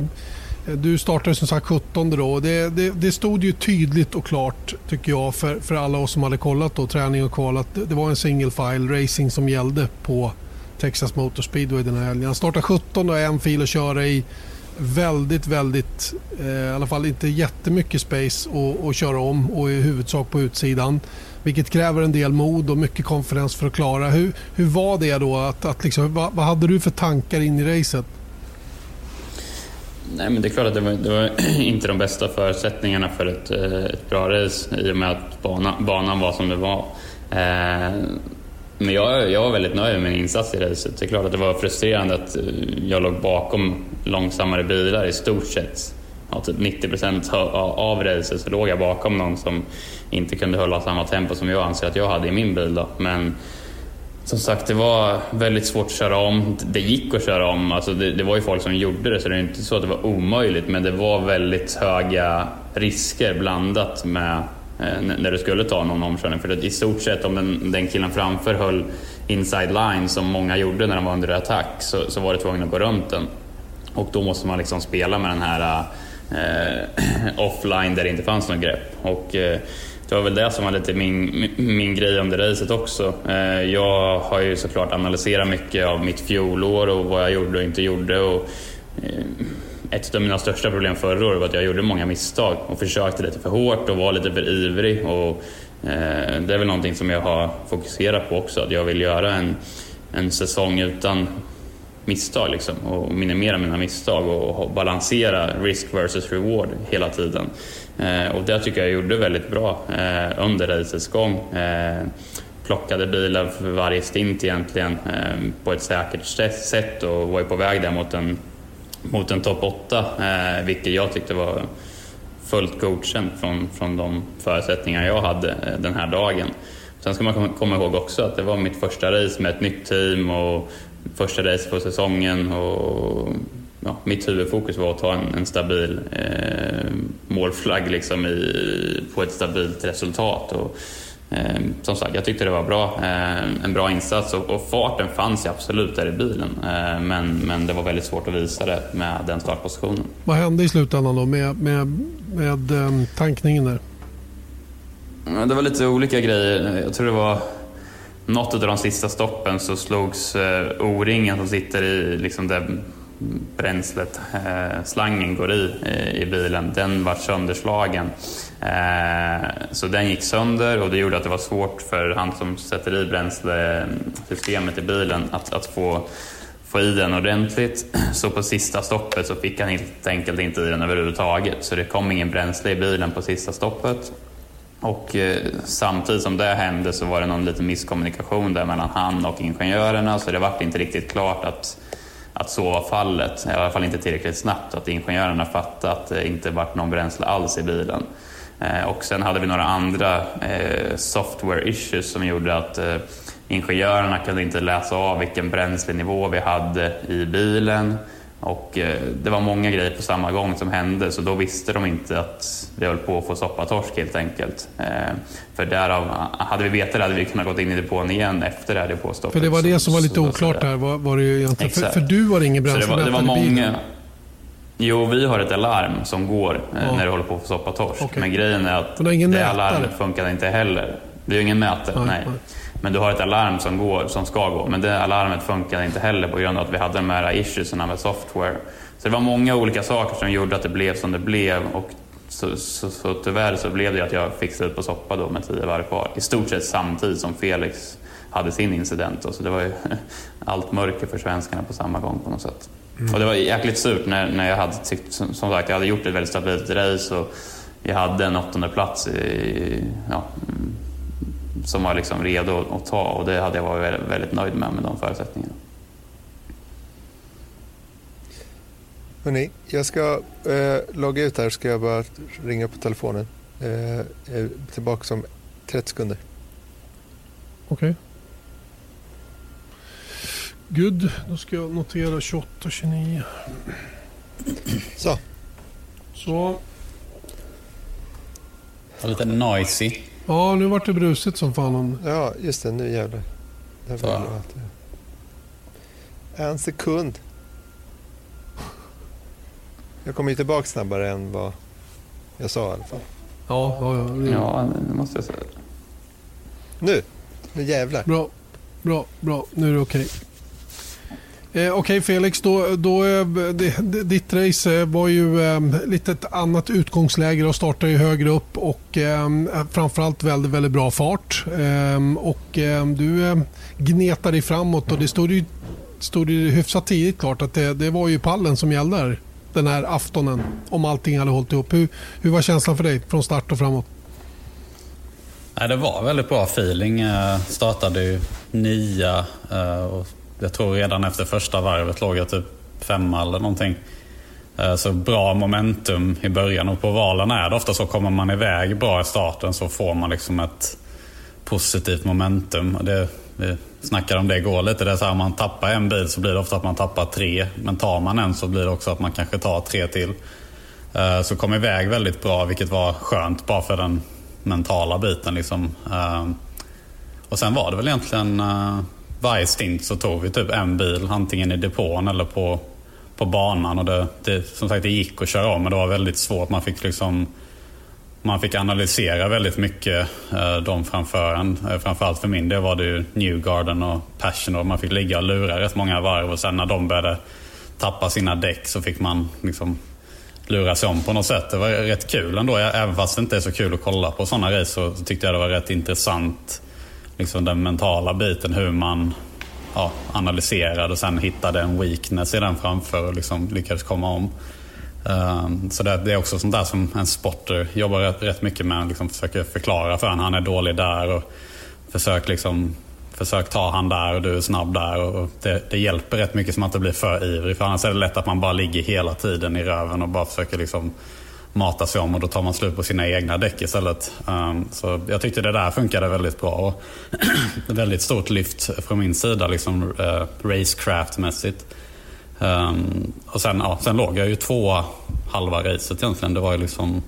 Du startade som sagt sjuttonde då. Det, det, det stod ju tydligt och klart tycker jag för, för alla oss som hade kollat då, träning och kval, att det var en single file racing som gällde på Texas Motor Speedway den här helgen. Han startade sjutton och en fil att köra i, väldigt, väldigt eh, i alla fall inte jättemycket space att köra om och i huvudsak på utsidan, vilket kräver en del mod och mycket konferens för att klara. Hur, hur var det då? Att, att liksom, vad, vad hade du för tankar in i racet? Nej, men det är klart att det var, det var inte de bästa förutsättningarna för ett, ett bra race i och med att bana, banan var som det var. Eh, men jag, jag var väldigt nöjd med min insats i racet. Det är klart att det var frustrerande att jag låg bakom långsammare bilar i stort sett. Ja, typ nittio procent av, av racet så låg jag bakom någon som inte kunde hålla samma tempo som jag anser att jag hade i min bil då. Men som sagt, det var väldigt svårt att köra om. Det gick att köra om. Alltså det, det var ju folk som gjorde det, så det är inte så att det var omöjligt. Men det var väldigt höga risker blandat med eh, när du skulle ta någon omkörning. För det, i stort sett om den, den killen framför höll inside line som många gjorde när de var under attack, så, så var det tvungen att gå runt den. Och då måste man liksom spela med den här eh, offline där det inte fanns något grepp. Och eh, det var väl det som var lite min, min grej under racet också. Jag har ju såklart analyserat mycket av mitt fjolår och vad jag gjorde och inte gjorde. Och ett av mina största problem förra året var att jag gjorde många misstag och försökte lite för hårt och var lite för ivrig. Och det är väl någonting som jag har fokuserat på också. Att jag vill göra en, en säsong utan misstag liksom, och minimera mina misstag och balansera risk versus reward hela tiden. Eh, och det tycker jag gjorde väldigt bra eh, under racets gång. Eh, plockade bilar för varje stint egentligen eh, på ett säkert sätt och var på väg där mot en, mot en topp åtta, eh, vilket jag tyckte var fullt godkänt från, från de förutsättningar jag hade eh, den här dagen. Sen ska man komma ihåg också att det var mitt första race med ett nytt team och första race på säsongen, och ja, mitt huvudfokus var att ta en, en stabil eh, målflagg liksom i, på ett stabilt resultat. Och, eh, som sagt, jag tyckte det var bra, eh, en bra insats, och, och farten fanns ju absolut där i bilen, eh, men, men det var väldigt svårt att visa det med den startpositionen. Vad hände i slutändan då med, med, med, med tankningen där? Det var lite olika grejer. Jag tror det var något av de sista stoppen så slogs eh, O-ringen som sitter i liksom där bränslet, eh, slangen går i eh, i bilen. Den var sönderslagen. Eh, så den gick sönder, och det gjorde att det var svårt för han som sätter i bränslesystemet i bilen att, att få, få i den ordentligt. Så på sista stoppet så fick han helt enkelt inte i den överhuvudtaget. Så det kom ingen bränsle i bilen på sista stoppet. Och eh, samtidigt som det hände så var det någon liten misskommunikation där mellan han och ingenjörerna, så det var inte riktigt klart att, att så var fallet, i alla fall inte tillräckligt snabbt, att ingenjörerna fattade att det inte var någon bränsle alls i bilen. Eh, och sen hade vi några andra eh, software issues som gjorde att eh, ingenjörerna kunde inte läsa av vilken bränslenivå vi hade i bilen. Och eh, det var många grejer på samma gång som hände, så då visste de inte att vi höll på att få soppatorsk helt enkelt. Eh, för därav, hade vi vetat det hade vi kunnat gå in i depån igen efter det här depåstoppet. För det var det som var lite så, oklart så där, var, var det ju egentligen, för, för du har ingen bränslemätare i bilen. Jo, vi har ett alarm som går eh, ja. när det håller på att få soppatorsk. Okay. Men grejen är att det, det alarmet funkar inte heller. Det är ju ingen mätare, nej. nej. nej. Men du har ett alarm som, går, som ska gå. Men det alarmet funkar inte heller på grund av att vi hade de här issuesarna med software. Så det var många olika saker som gjorde att det blev som det blev. Och så, så, så tyvärr så blev det att jag fick slut på soppa då med tio varv kvar. I stort sett samtidigt som Felix hade sin incident. Så det var ju allt mörker för svenskarna på samma gång på något sätt. Mm. Och det var jäkligt surt när, när jag hade tyckt, som sagt, jag hade gjort ett väldigt stabilt race. Och jag hade en åttonde plats i... Ja, som var liksom redo att ta, och det hade jag varit väldigt, väldigt nöjd med med de förutsättningarna. Hörrni, jag ska eh, logga ut här, ska jag bara ringa på telefonen. Eh, är tillbaka om trettio sekunder. Okej. Okay. Good, då ska jag notera tjugoåtta tjugonio. Så. Så. Lite noisy. Ja, nu vart det bruset som fan. Ja, just det. Nu jävlar. Det var ja. En sekund. Jag kommer ju tillbaka snabbare än vad jag sa i alla fall. Ja, ja, ja. Nu. Ja, det måste jag säga. Nu. Nu jävlar. Bra, bra, bra. Nu är det okej. Okay. Eh, Okej okay, Felix, då, då, det, ditt race var ju eh, lite ett annat utgångsläge och startade ju högre upp och eh, framförallt väldigt, väldigt bra fart. Eh, och eh, du eh, gnetade dig framåt och det stod ju, stod ju hyfsat tidigt klart att det, det var ju pallen som gällde där. den här aftonen om allting hade hållit ihop? Hur, hur var känslan för dig från start och framåt? Nej, det var väldigt bra feeling. Jag startade ju nia och jag tror redan efter första varvet låg jag typ femma eller någonting. Så bra momentum i början, och på valen är det ofta så, kommer man iväg bra i starten så får man liksom ett positivt momentum. Och det, vi snackade om det igår lite, det är så här, om man tappar en bil så blir det ofta att man tappar tre, men tar man en så blir det också att man kanske tar tre till. Så kom iväg väldigt bra, vilket var skönt bara för den mentala biten liksom. Och sen var det väl egentligen varje stint så tog vi typ en bil, antingen i depån eller på på banan, och det, det, som sagt det gick att köra om, men det var väldigt svårt. Man fick liksom man fick analysera väldigt mycket eh, de framför en. Eh, framförallt för min del var det ju Newgarden och Passion, och man fick ligga och lura rätt många varv, och sen när de började tappa sina däck så fick man liksom lura sig om på något sätt. Det var rätt kul ändå, även fast det inte är så kul att kolla på sådana race, så, så tyckte jag det var rätt intressant liksom den mentala biten, hur man Ja, analyserade och sen hittade en weakness i den framför och liksom lyckades komma om. Um, så det, det är också sånt där som en spotter jobbar rätt, rätt mycket med, liksom försöker förklara för han, han är dålig där, och försök liksom försök ta han där och du är snabb där, och det, det hjälper rätt mycket som att det blir för ivrig, för annars är det lätt att man bara ligger hela tiden i röven och bara försöker liksom mata sig om, och då tar man slut på sina egna däck istället. Um, så jag tyckte det där funkade väldigt bra, och väldigt stort lyft från min sida liksom uh, racecraft-mässigt. Um, och sen, ja, sen låg jag ju två halva racet egentligen. Det var ju liksom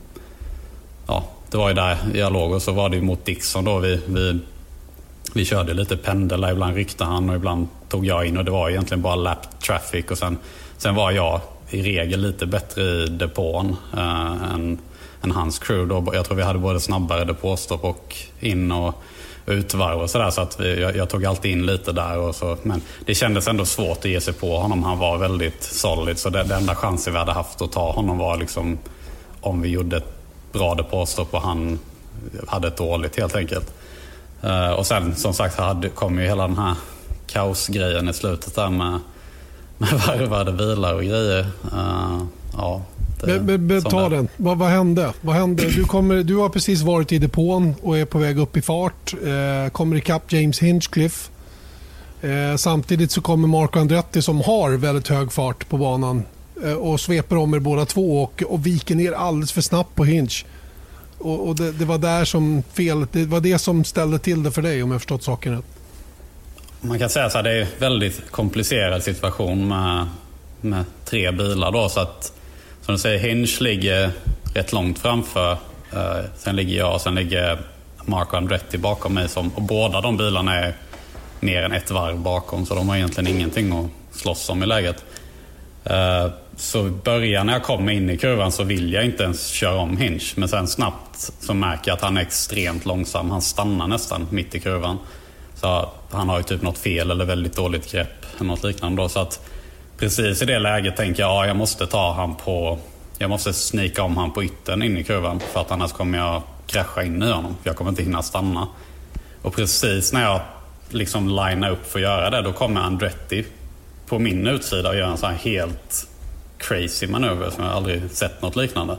ja, det var ju där jag låg, och så var det ju mot Dixon då. Vi, vi, vi körde lite pendel, ibland ryckte han och ibland tog jag in, och det var egentligen bara lap traffic, och sen, sen var jag i regel lite bättre i depån äh, än, än hans crew då. Jag tror vi hade både snabbare depåstopp och in- och utvarv och sådär, så att vi, jag, jag tog alltid in lite där och så, men det kändes ändå svårt att ge sig på honom. Han var väldigt solid, så det, det enda chansen vi hade haft att ta honom var liksom om vi gjorde ett bra depåstopp och han hade ett dåligt helt enkelt. Uh, och sen som sagt hade, kom ju hela den här kaosgrejen i slutet där med med varvade bilar och grejer. Uh, ja, det, be, be, ta den. Vad, vad hände? Vad hände? Du, kommer, du har precis varit i depån och är på väg upp i fart. Eh, kommer ikapp James Hinchcliffe. Eh, samtidigt så kommer Marco Andretti som har väldigt hög fart på banan eh, och sveper om er båda två och, och viker ner alldeles för snabbt på Hinch. Och, och det, det var där som fel, det var det som ställde till det för dig, om jag förstått saken rätt. Man kan säga så här, det är en väldigt komplicerad situation med, med tre bilar då, så att som du säger, Hinch ligger rätt långt framför, eh, sen ligger jag och sen ligger Marco Andretti bakom mig, som, och båda de bilarna är mer än ett varv bakom, så de har egentligen ingenting att slåss om i läget. Eh, så i början när jag kommer in i kurvan så vill jag inte ens köra om Hinch, men sen snabbt så märker jag att han är extremt långsam. Han stannar nästan mitt i kurvan. Så han har ju typ något fel eller väldigt dåligt grepp eller något liknande då. Så att precis i det läget tänker jag, ja, jag måste ta han på, jag måste snika om han på yttern in i kurvan, för att annars kommer jag krascha in i honom. Jag kommer inte hinna stanna. Och precis när jag liksom linar upp för att göra det, då kommer Andretti på min utsida och gör en sån här helt crazy manöver som jag aldrig sett något liknande.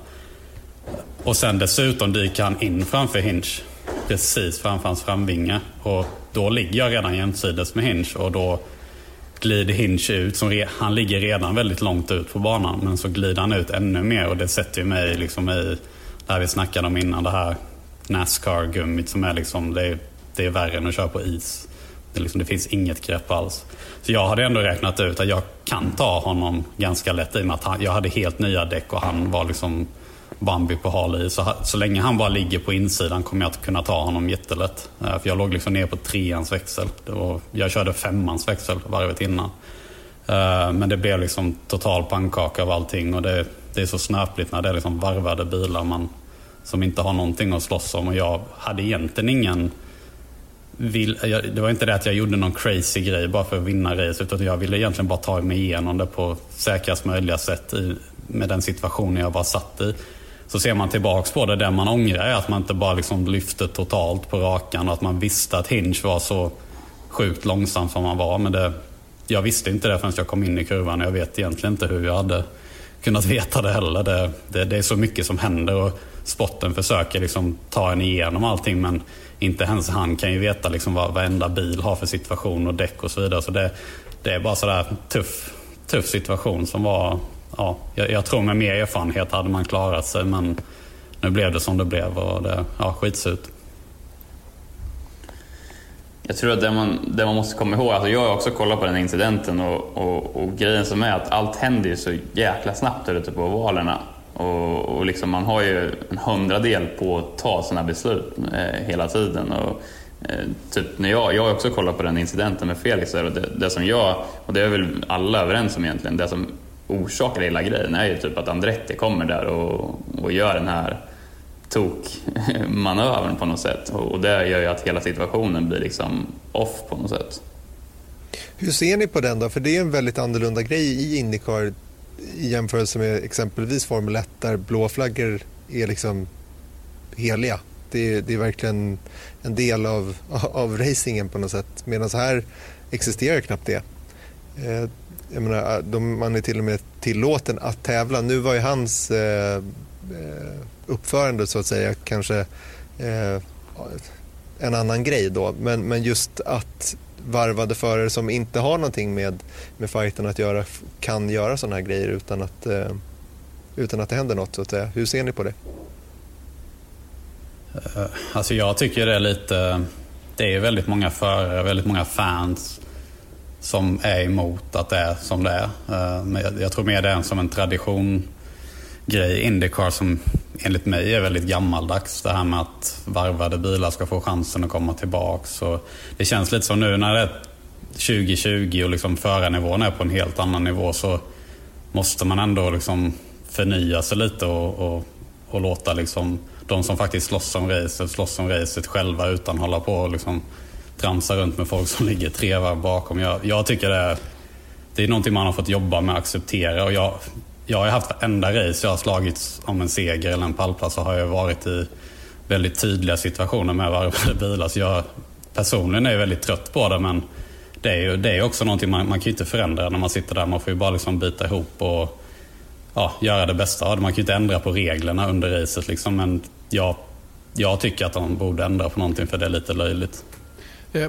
Och sen dessutom dyker han in framför Hinch, precis framför hans framvinge, och då ligger jag redan jämsides med Hinch, och då glider Hinch ut, som re- han ligger redan väldigt långt ut på banan, men så glider han ut ännu mer, och det sätter ju mig liksom i det här vi snackade om innan, det här NASCAR-gummit som är liksom, det är, det är värre än att köra på is. Det, liksom, det finns inget grepp alls. Så jag hade ändå räknat ut att jag kan ta honom ganska lätt, i och med att han, jag hade helt nya däck och han var liksom Bambi på hal i. Så, så länge han bara ligger på insidan kommer jag att kunna ta honom jättelätt. För jag låg liksom ner på treans växel. Det var, jag körde femmans växel varvet innan. Men det blev liksom total pannkaka av allting. Och det, det är så snöpligt när det är liksom varvade bilar man, som inte har någonting att slåss om. Och jag hade egentligen ingen... Vill, jag, det var inte det att jag gjorde någon crazy grej bara för att vinna race, utan jag ville egentligen bara ta mig igenom det på säkrast möjliga sätt i, med den situationen jag var satt i. Så ser man tillbaks på det, där man ångrar är att man inte bara liksom lyfte totalt på rakan, och att man visste att Hinch var så sjukt långsam som han var. Men det, jag visste inte det förrän jag kom in i kurvan, och jag vet egentligen inte hur jag hade kunnat veta det heller. Det, det, det är så mycket som händer och sporten försöker liksom ta en igenom allting, men inte ens han kan ju veta liksom vad varenda bil har för situation och däck och så vidare. Så det, det är bara sådär tuff, tuff situation som var, ja, jag, jag tror med mer erfarenhet hade man klarat sig, men nu blev det som det blev och det, ja, skitsut. Jag tror att det man, det man måste komma ihåg, alltså jag har också kollat på den incidenten och, och, och grejen som är att allt händer ju så jäkla snabbt där ute på ovalerna. Och, och liksom man har ju en hundradel på att ta sina beslut eh, hela tiden. Och, eh, typ när jag, jag har också kollat på den incidenten med Felix där, och det, det som jag, och det är väl alla överens om egentligen, det som orsakar hela grejen är ju typ att Andretti kommer där och, och gör den här tok-manövern på något sätt. Och, och det gör ju att hela situationen blir liksom off på något sätt. Hur ser ni på den då? För det är en väldigt annorlunda grej i IndyCar i jämförelse med exempelvis Formel ett där blå flaggor är liksom heliga. Det är, det är verkligen en del av, av racingen på något sätt. Medan så här existerar knappt det. Eh, jag menar, de, man är till och med tillåten att tävla. Nu var ju hans eh, uppförande så att säga kanske eh, en annan grej då. Men, men just att varvade förare som inte har någonting med, med fighten att göra kan göra sådana här grejer utan att, eh, utan att det händer något så att säga. Hur ser ni på det? Alltså jag tycker det är lite, det är väldigt många förare, väldigt många fans som är emot att det är som det är. Men jag, jag tror mer det är som en tradition grej IndyCar som enligt mig är väldigt gammaldags. Det här med att varvade bilar ska få chansen att komma tillbaka. Så det känns lite som nu när det är tjugo tjugo och liksom förarnivån är på en helt annan nivå, så måste man ändå liksom förnya sig lite och, och, och låta liksom de som faktiskt slåss om racet, slåss om racet själva utan hålla på och liksom tramsa runt med folk som ligger tre varv bakom. Jag, jag tycker det är, det är någonting man har fått jobba med att acceptera. Och jag, jag har haft enda race jag har slagits om en seger eller en pallplats, så har jag varit i väldigt tydliga situationer med varvade bilar. Så jag personligen är väldigt trött på det, men det är ju det är också någonting man, man kan ju inte förändra när man sitter där. Man får ju bara liksom bita ihop och ja, göra det bästa av det. Man kan ju inte ändra på reglerna under racet liksom, men jag, jag tycker att de borde ändra på någonting, för det är lite löjligt. Eh,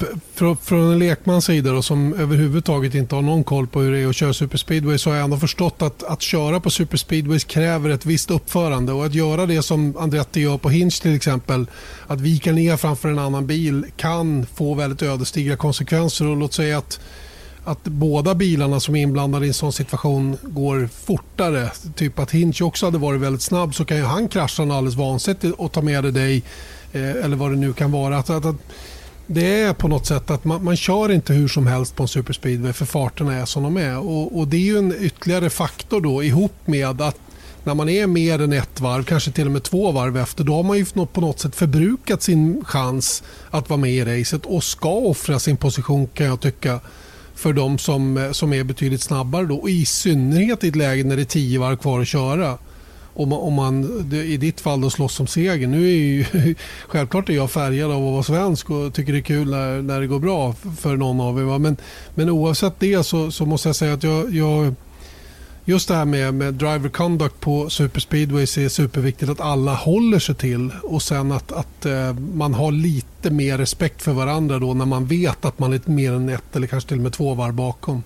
från en lekmans sida då, som överhuvudtaget inte har någon koll på hur det är att köra superspeedway, så har jag ändå förstått att, att köra på superspeedways kräver ett visst uppförande, och att göra det som Andretti gör på Hinch till exempel, att vika ner framför en annan bil, kan få väldigt ödesdigra konsekvenser. Och låt säga att att båda bilarna som är inblandade i en sån situation går fortare, typ att Hinch också hade varit väldigt snabb, så kan ju han krascha alldeles vansinnigt och ta med dig eh, eller vad det nu kan vara. Att, att, att det är på något sätt att man, man kör inte hur som helst på en superspeedway, för farterna är som de är, och, och det är ju en ytterligare faktor då, ihop med att när man är mer än ett varv, kanske till och med två varv efter, då har man ju på något sätt förbrukat sin chans att vara med i racet och ska offra sin position, kan jag tycka, för de som, som är betydligt snabbare då, och i synnerhet i ett läge när det är tio varv kvar att köra. Om man, om man i ditt fall då slåss om seger. Nu är ju självklart är jag färgad av att vara svensk och tycker det är kul när, när det går bra för någon av er. Men, men oavsett det så, så måste jag säga att jag, jag just det här med, med driver conduct på superspeedways är superviktigt att alla håller sig till, och sen att, att eh, man har lite mer respekt för varandra då när man vet att man är mer än ett eller kanske till och med två varv bakom.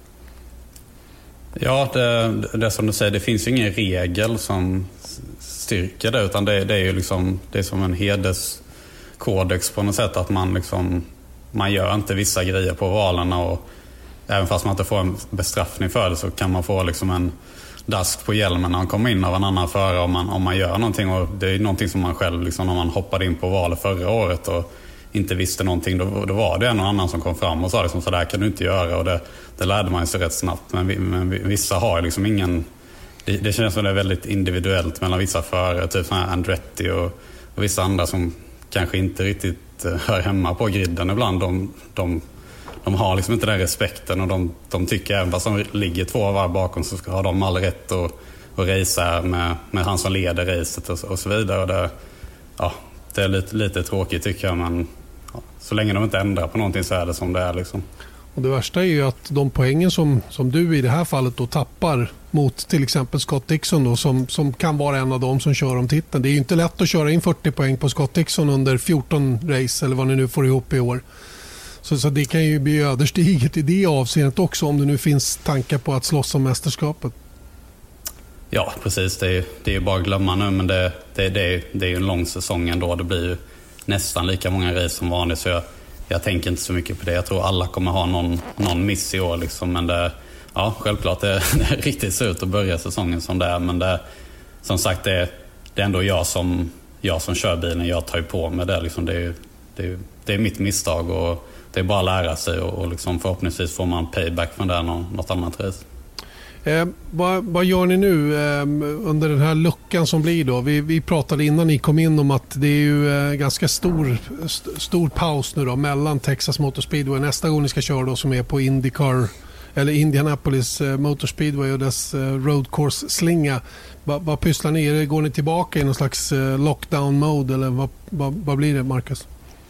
Ja, det, det som du säger, det finns ju ingen regel som styrker det, utan det, det är ju liksom, det är som en hederskodex på något sätt, att man liksom, man gör inte vissa grejer på valarna, och även fast man inte får en bestraffning för det så kan man få liksom en dask på hjälmen när man kommer in av en annan förare om man, om man gör någonting. Och det är någonting som man själv, liksom, när man hoppade in på valet förra året och inte visste någonting, då, då var det en och annan som kom fram och sa liksom, så där kan du inte göra, och det, det lärde man sig rätt snabbt. Men, men vissa har liksom ingen, det, det känns som det är väldigt individuellt mellan vissa förare, typ sån här Andretti och, och vissa andra som kanske inte riktigt hör hemma på griden ibland. De, de De har liksom inte den respekten, och de, de tycker även fast de ligger två varv bakom så ska ha de all rätt att, att racea med, med han som leder racet och, och så vidare. Och det, ja, det är lite, lite tråkigt tycker jag, men ja, så länge de inte ändrar på någonting så är det som det är liksom. Och det värsta är ju att de poängen som, som du i det här fallet då tappar mot till exempel Scott Dixon då, som, som kan vara en av dem som kör om titeln. Det är ju inte lätt att köra in fyrtio poäng på Scott Dixon under fjorton race eller vad ni nu får ihop i år. Så, så det kan ju bli ödesdigert i det avseendet också, om det nu finns tankar på att slåss om mästerskapet. Ja, precis. Det är, det är bara att glömma nu, men det, det, det, är, det är ju en lång säsong ändå. Det blir ju nästan lika många race som vanligt, så jag, jag tänker inte så mycket på det. Jag tror alla kommer ha någon, någon miss i år liksom, men det, ja, självklart det, det är riktigt surt att börja säsongen som det är, men det, som sagt, det, det är ändå jag som, jag som kör bilen. Jag tar ju på mig det liksom. Det är, det är, det är mitt misstag, och det är bara att lära sig, och, och liksom förhoppningsvis får man payback från det någon, något annat race. Eh, vad, vad gör ni nu eh, under den här luckan som blir då? Vi, vi pratade innan ni kom in om att det är ju eh, ganska stor, st- stor paus nu då mellan Texas Motor Speedway. Nästa gång ni ska köra då, som är på IndyCar eller Indianapolis eh, Motor Speedway och dess eh, road course slinga. Va, vad pysslar ni? Är det, går ni tillbaka i någon slags eh, lockdown mode, eller vad, vad, vad blir det, Marcus?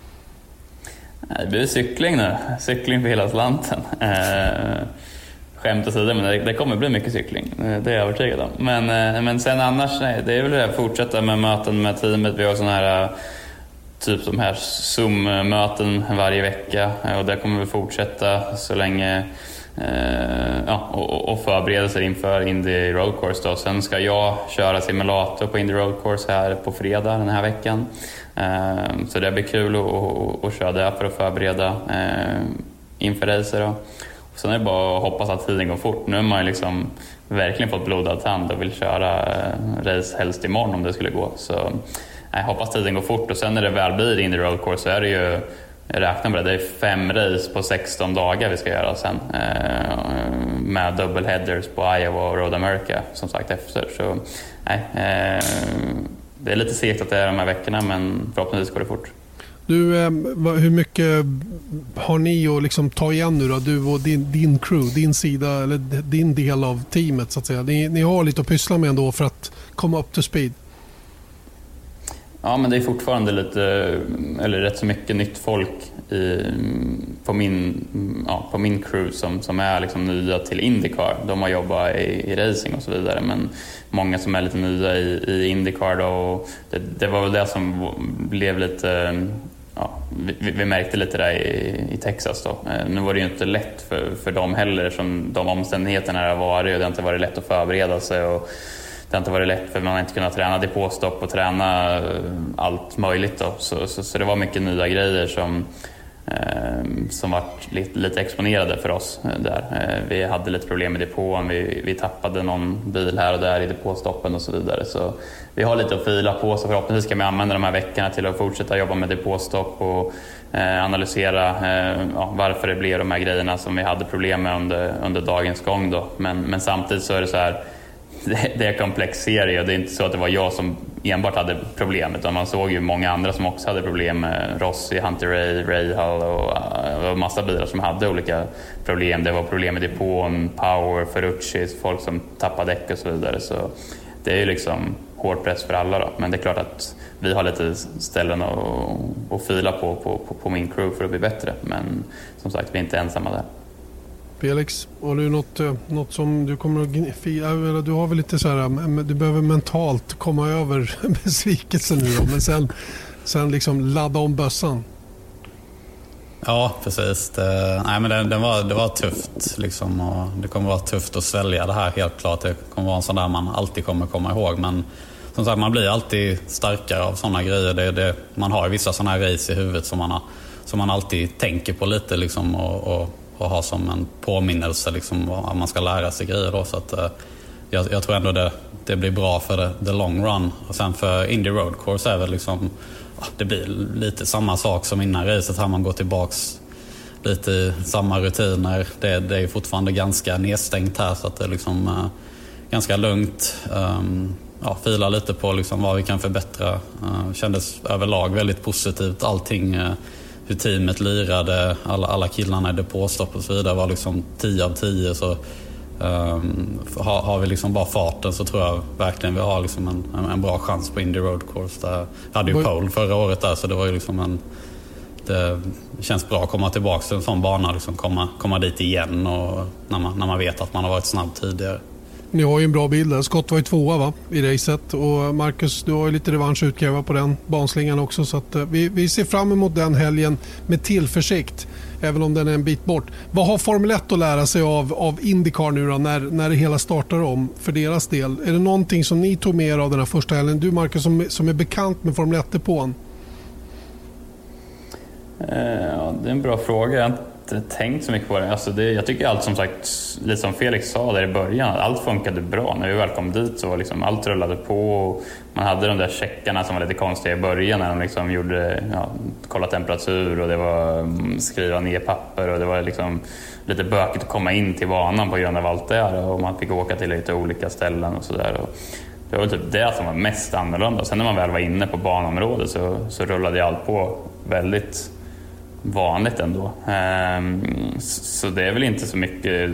Det blir cykling nu. Cykling för hela Atlanten. Eh, skämt åsido, men det, det kommer bli mycket cykling. Det är jag övertygad om. Men, eh, men sen annars, nej, det är väl att fortsätta med möten med teamet. Vi har sådana här typ de här Zoom-möten varje vecka. Och det kommer vi fortsätta så länge, eh, ja, och, och förberedelser inför Indy Road Course då. Sen ska jag köra simulator på Indy Road Course här på fredag den här veckan. Uh, så det blir kul att, att, att köra där för att förbereda uh, inför racer då. Och sen är det bara att hoppas att tiden går fort. Nu har man ju liksom verkligen fått blodad tand och vill köra uh, race helst imorgon om det skulle gå. Så uh, jag hoppas tiden går fort, och sen när det väl blir Indy Road Course så är det ju, jag räknar med det, det är fem race på sexton dagar vi ska göra sen uh, med double headers på Iowa och Road America som sagt efter. Så nej, uh, det är lite segt att det är de här veckorna, men förhoppningsvis går det fort. Du, eh, hur mycket har ni att liksom ta igen nu då? Du och din, din crew, din sida, eller din del av teamet så att säga. Ni, ni har lite att pyssla med ändå för att komma upp till speed. Ja, men det är fortfarande lite, eller rätt så mycket nytt folk i, på, min, ja, på min crew som, som är liksom nya till IndyCar. De har jobbat i, i racing och så vidare, men många som är lite nya i, i IndyCar då, och det, det var väl det som blev lite, ja, vi, vi märkte lite där i, i Texas då. Nu var det ju inte lätt för, för dem heller, som de omständigheterna har varit, och det har inte varit lätt att förbereda sig, och det har inte varit lätt för man har inte kunnat träna depåstopp och träna allt möjligt då. Så, så, så det var mycket nya grejer som, eh, som var lite, lite exponerade för oss där. Eh, vi hade lite problem med depån, vi, vi tappade någon bil här och där i depåstoppen och så vidare. Så vi har lite att fila på, så förhoppningsvis ska vi använda de här veckorna till att fortsätta jobba med depåstopp och eh, analysera eh, ja, varför det blev de här grejerna som vi hade problem med under, under dagens gång då. Men, men samtidigt så är det så här, det är en komplex serie, och det är inte så att det var jag som enbart hade problem, utan man såg ju många andra som också hade problem med Rossi, Hunter Ray, Rahal och, och massa bilar som hade olika problem. Det var problem med depån, Power, Ferrucci, folk som tappade däck och så vidare. Så det är ju liksom hård press för alla då. Men det är klart att vi har lite ställen att, att fila på, på, på, på min crew för att bli bättre. Men som sagt, vi är inte ensamma där. Felix, har du något, något som du kommer att fira? Du har väl lite så här, du behöver mentalt komma över besvikelsen nu då, men sen, sen liksom ladda om bössan. Ja, precis. Det, nej, men det, det, var, det var tufft liksom, och det kommer vara tufft att svälja det här, helt klart. Det kommer vara en sån där man alltid kommer komma ihåg, men som sagt, man blir alltid starkare av såna grejer. Det, det, man har ju vissa såna här race i huvudet som man, har, som man alltid tänker på lite liksom, och, och och ha som en påminnelse liksom, att man ska lära sig grejer då, så att eh, jag, jag tror ändå det, det blir bra för the, the long run. Och sen för Indy Road Course är väl liksom, det blir lite samma sak som innan racet här, man går tillbaks lite i samma rutiner. Det, det är fortfarande ganska nedstängt här, så att det är liksom eh, ganska lugnt. Um, ja, fila lite på liksom vad vi kan förbättra. Uh, kändes överlag väldigt positivt allting. Uh, hur teamet lirade, alla, alla killarna i depåstopp och så vidare var liksom tio av tio. Så um, har, har vi liksom bara farten, så tror jag verkligen vi har liksom en, en, en bra chans på Indy Road Course. Där hade ju pole förra året där, så det var ju liksom en, det, det känns bra att komma tillbaka till en sån bana, liksom komma, komma dit igen och när man, när man vet att man har varit snabb tidigare. Ni har ju en bra bild där. Scott var ju tvåa va, i racet och Marcus, du har ju lite revansch utkräva på den banslingan också, så att vi, vi ser fram emot den helgen med tillförsikt, även om den är en bit bort. Vad har Formel ett att lära sig av, av IndyCar nu då, när, när det hela startar om för deras del? Är det någonting som ni tog med er av den här första helgen? Du Marcus som, som är bekant med Formel ett-depån. Ja, det är en bra fråga. Jag har inte tänkt så mycket på det. Alltså det jag tycker allt, som sagt, lite som Felix sa där i början, allt funkade bra. När vi väl kom dit så liksom allt rullade på. Och man hade de där checkarna som var lite konstiga i början när de liksom gjorde, ja, kolla temperatur och det var skriva ner papper och det var liksom lite bökigt att komma in till banan på grund av allt det här, och man fick åka till lite olika ställen och sådär. Det var typ det som var mest annorlunda. Sen när man väl var inne på banområdet så, så rullade allt på väldigt vanligt ändå. Så det är väl inte så mycket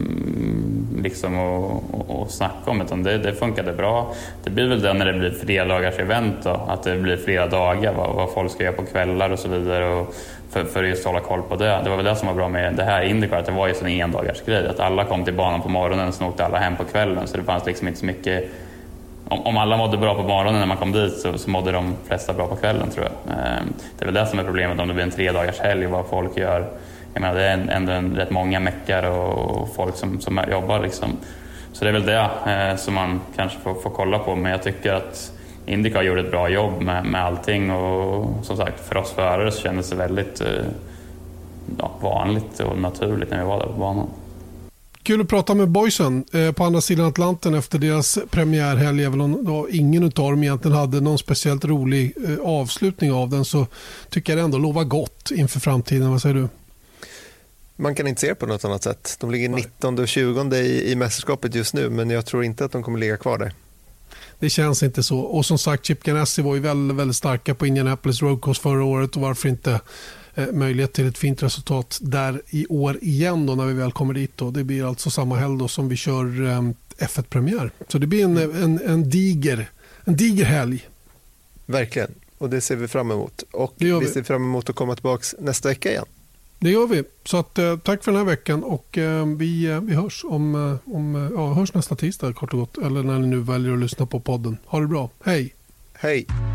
liksom att, att snacka om, utan det, det funkade bra. Det blir väl det när det blir flera dagars event då, att det blir flera dagar, vad, vad folk ska göra på kvällar och så vidare, och för, för just att hålla koll på det. Det var väl det som var bra med det här IndyCar, att det var ju en endagars grej, att alla kom till banan på morgonen och sen åkte alla hem på kvällen, så det fanns liksom inte så mycket. Om alla mådde bra på morgonen när man kom dit så, så mådde de flesta bra på kvällen, tror jag. Det är väl det som är problemet om det blir en tre dagars helg, vad folk gör. Jag menar, det är ändå en, rätt många meckar och folk som, som jobbar liksom. Så det är väl det eh, som man kanske får, får kolla på. Men jag tycker att IndyCar gjorde ett bra jobb med, med allting, och som sagt, för oss förare så kändes det väldigt eh, ja, vanligt och naturligt när vi var där på banan. Kul att prata med boysen eh, på andra sidan Atlanten efter deras premiärhelg. Även om då ingen av dem egentligen hade någon speciellt rolig eh, avslutning av den, så tycker jag det ändå lovar gott inför framtiden. Vad säger du? Man kan inte se det på något annat sätt. De ligger nittonde och tjugonde i, i mästerskapet just nu, men jag tror inte att de kommer ligga kvar där. Det känns inte så. Och som sagt, Chip Ganassi var ju väldigt, väldigt starka på Indianapolis Road Course förra året, och varför inte eh, möjlighet till ett fint resultat där i år igen då när vi väl kommer dit. Då. Det blir alltså samma helg då som vi kör eh, F ett-premiär. Så det blir en, en, en, diger, en diger helg. Verkligen, och det ser vi fram emot. Och vi. vi ser fram emot att komma tillbaka nästa vecka igen. Det gör vi. Så att, eh, tack för den här veckan, och eh, vi, eh, vi hörs om, eh, om ja, hörs nästa tisdag kort och gott, eller när ni nu väljer att lyssna på podden. Ha det bra. Hej! Hej!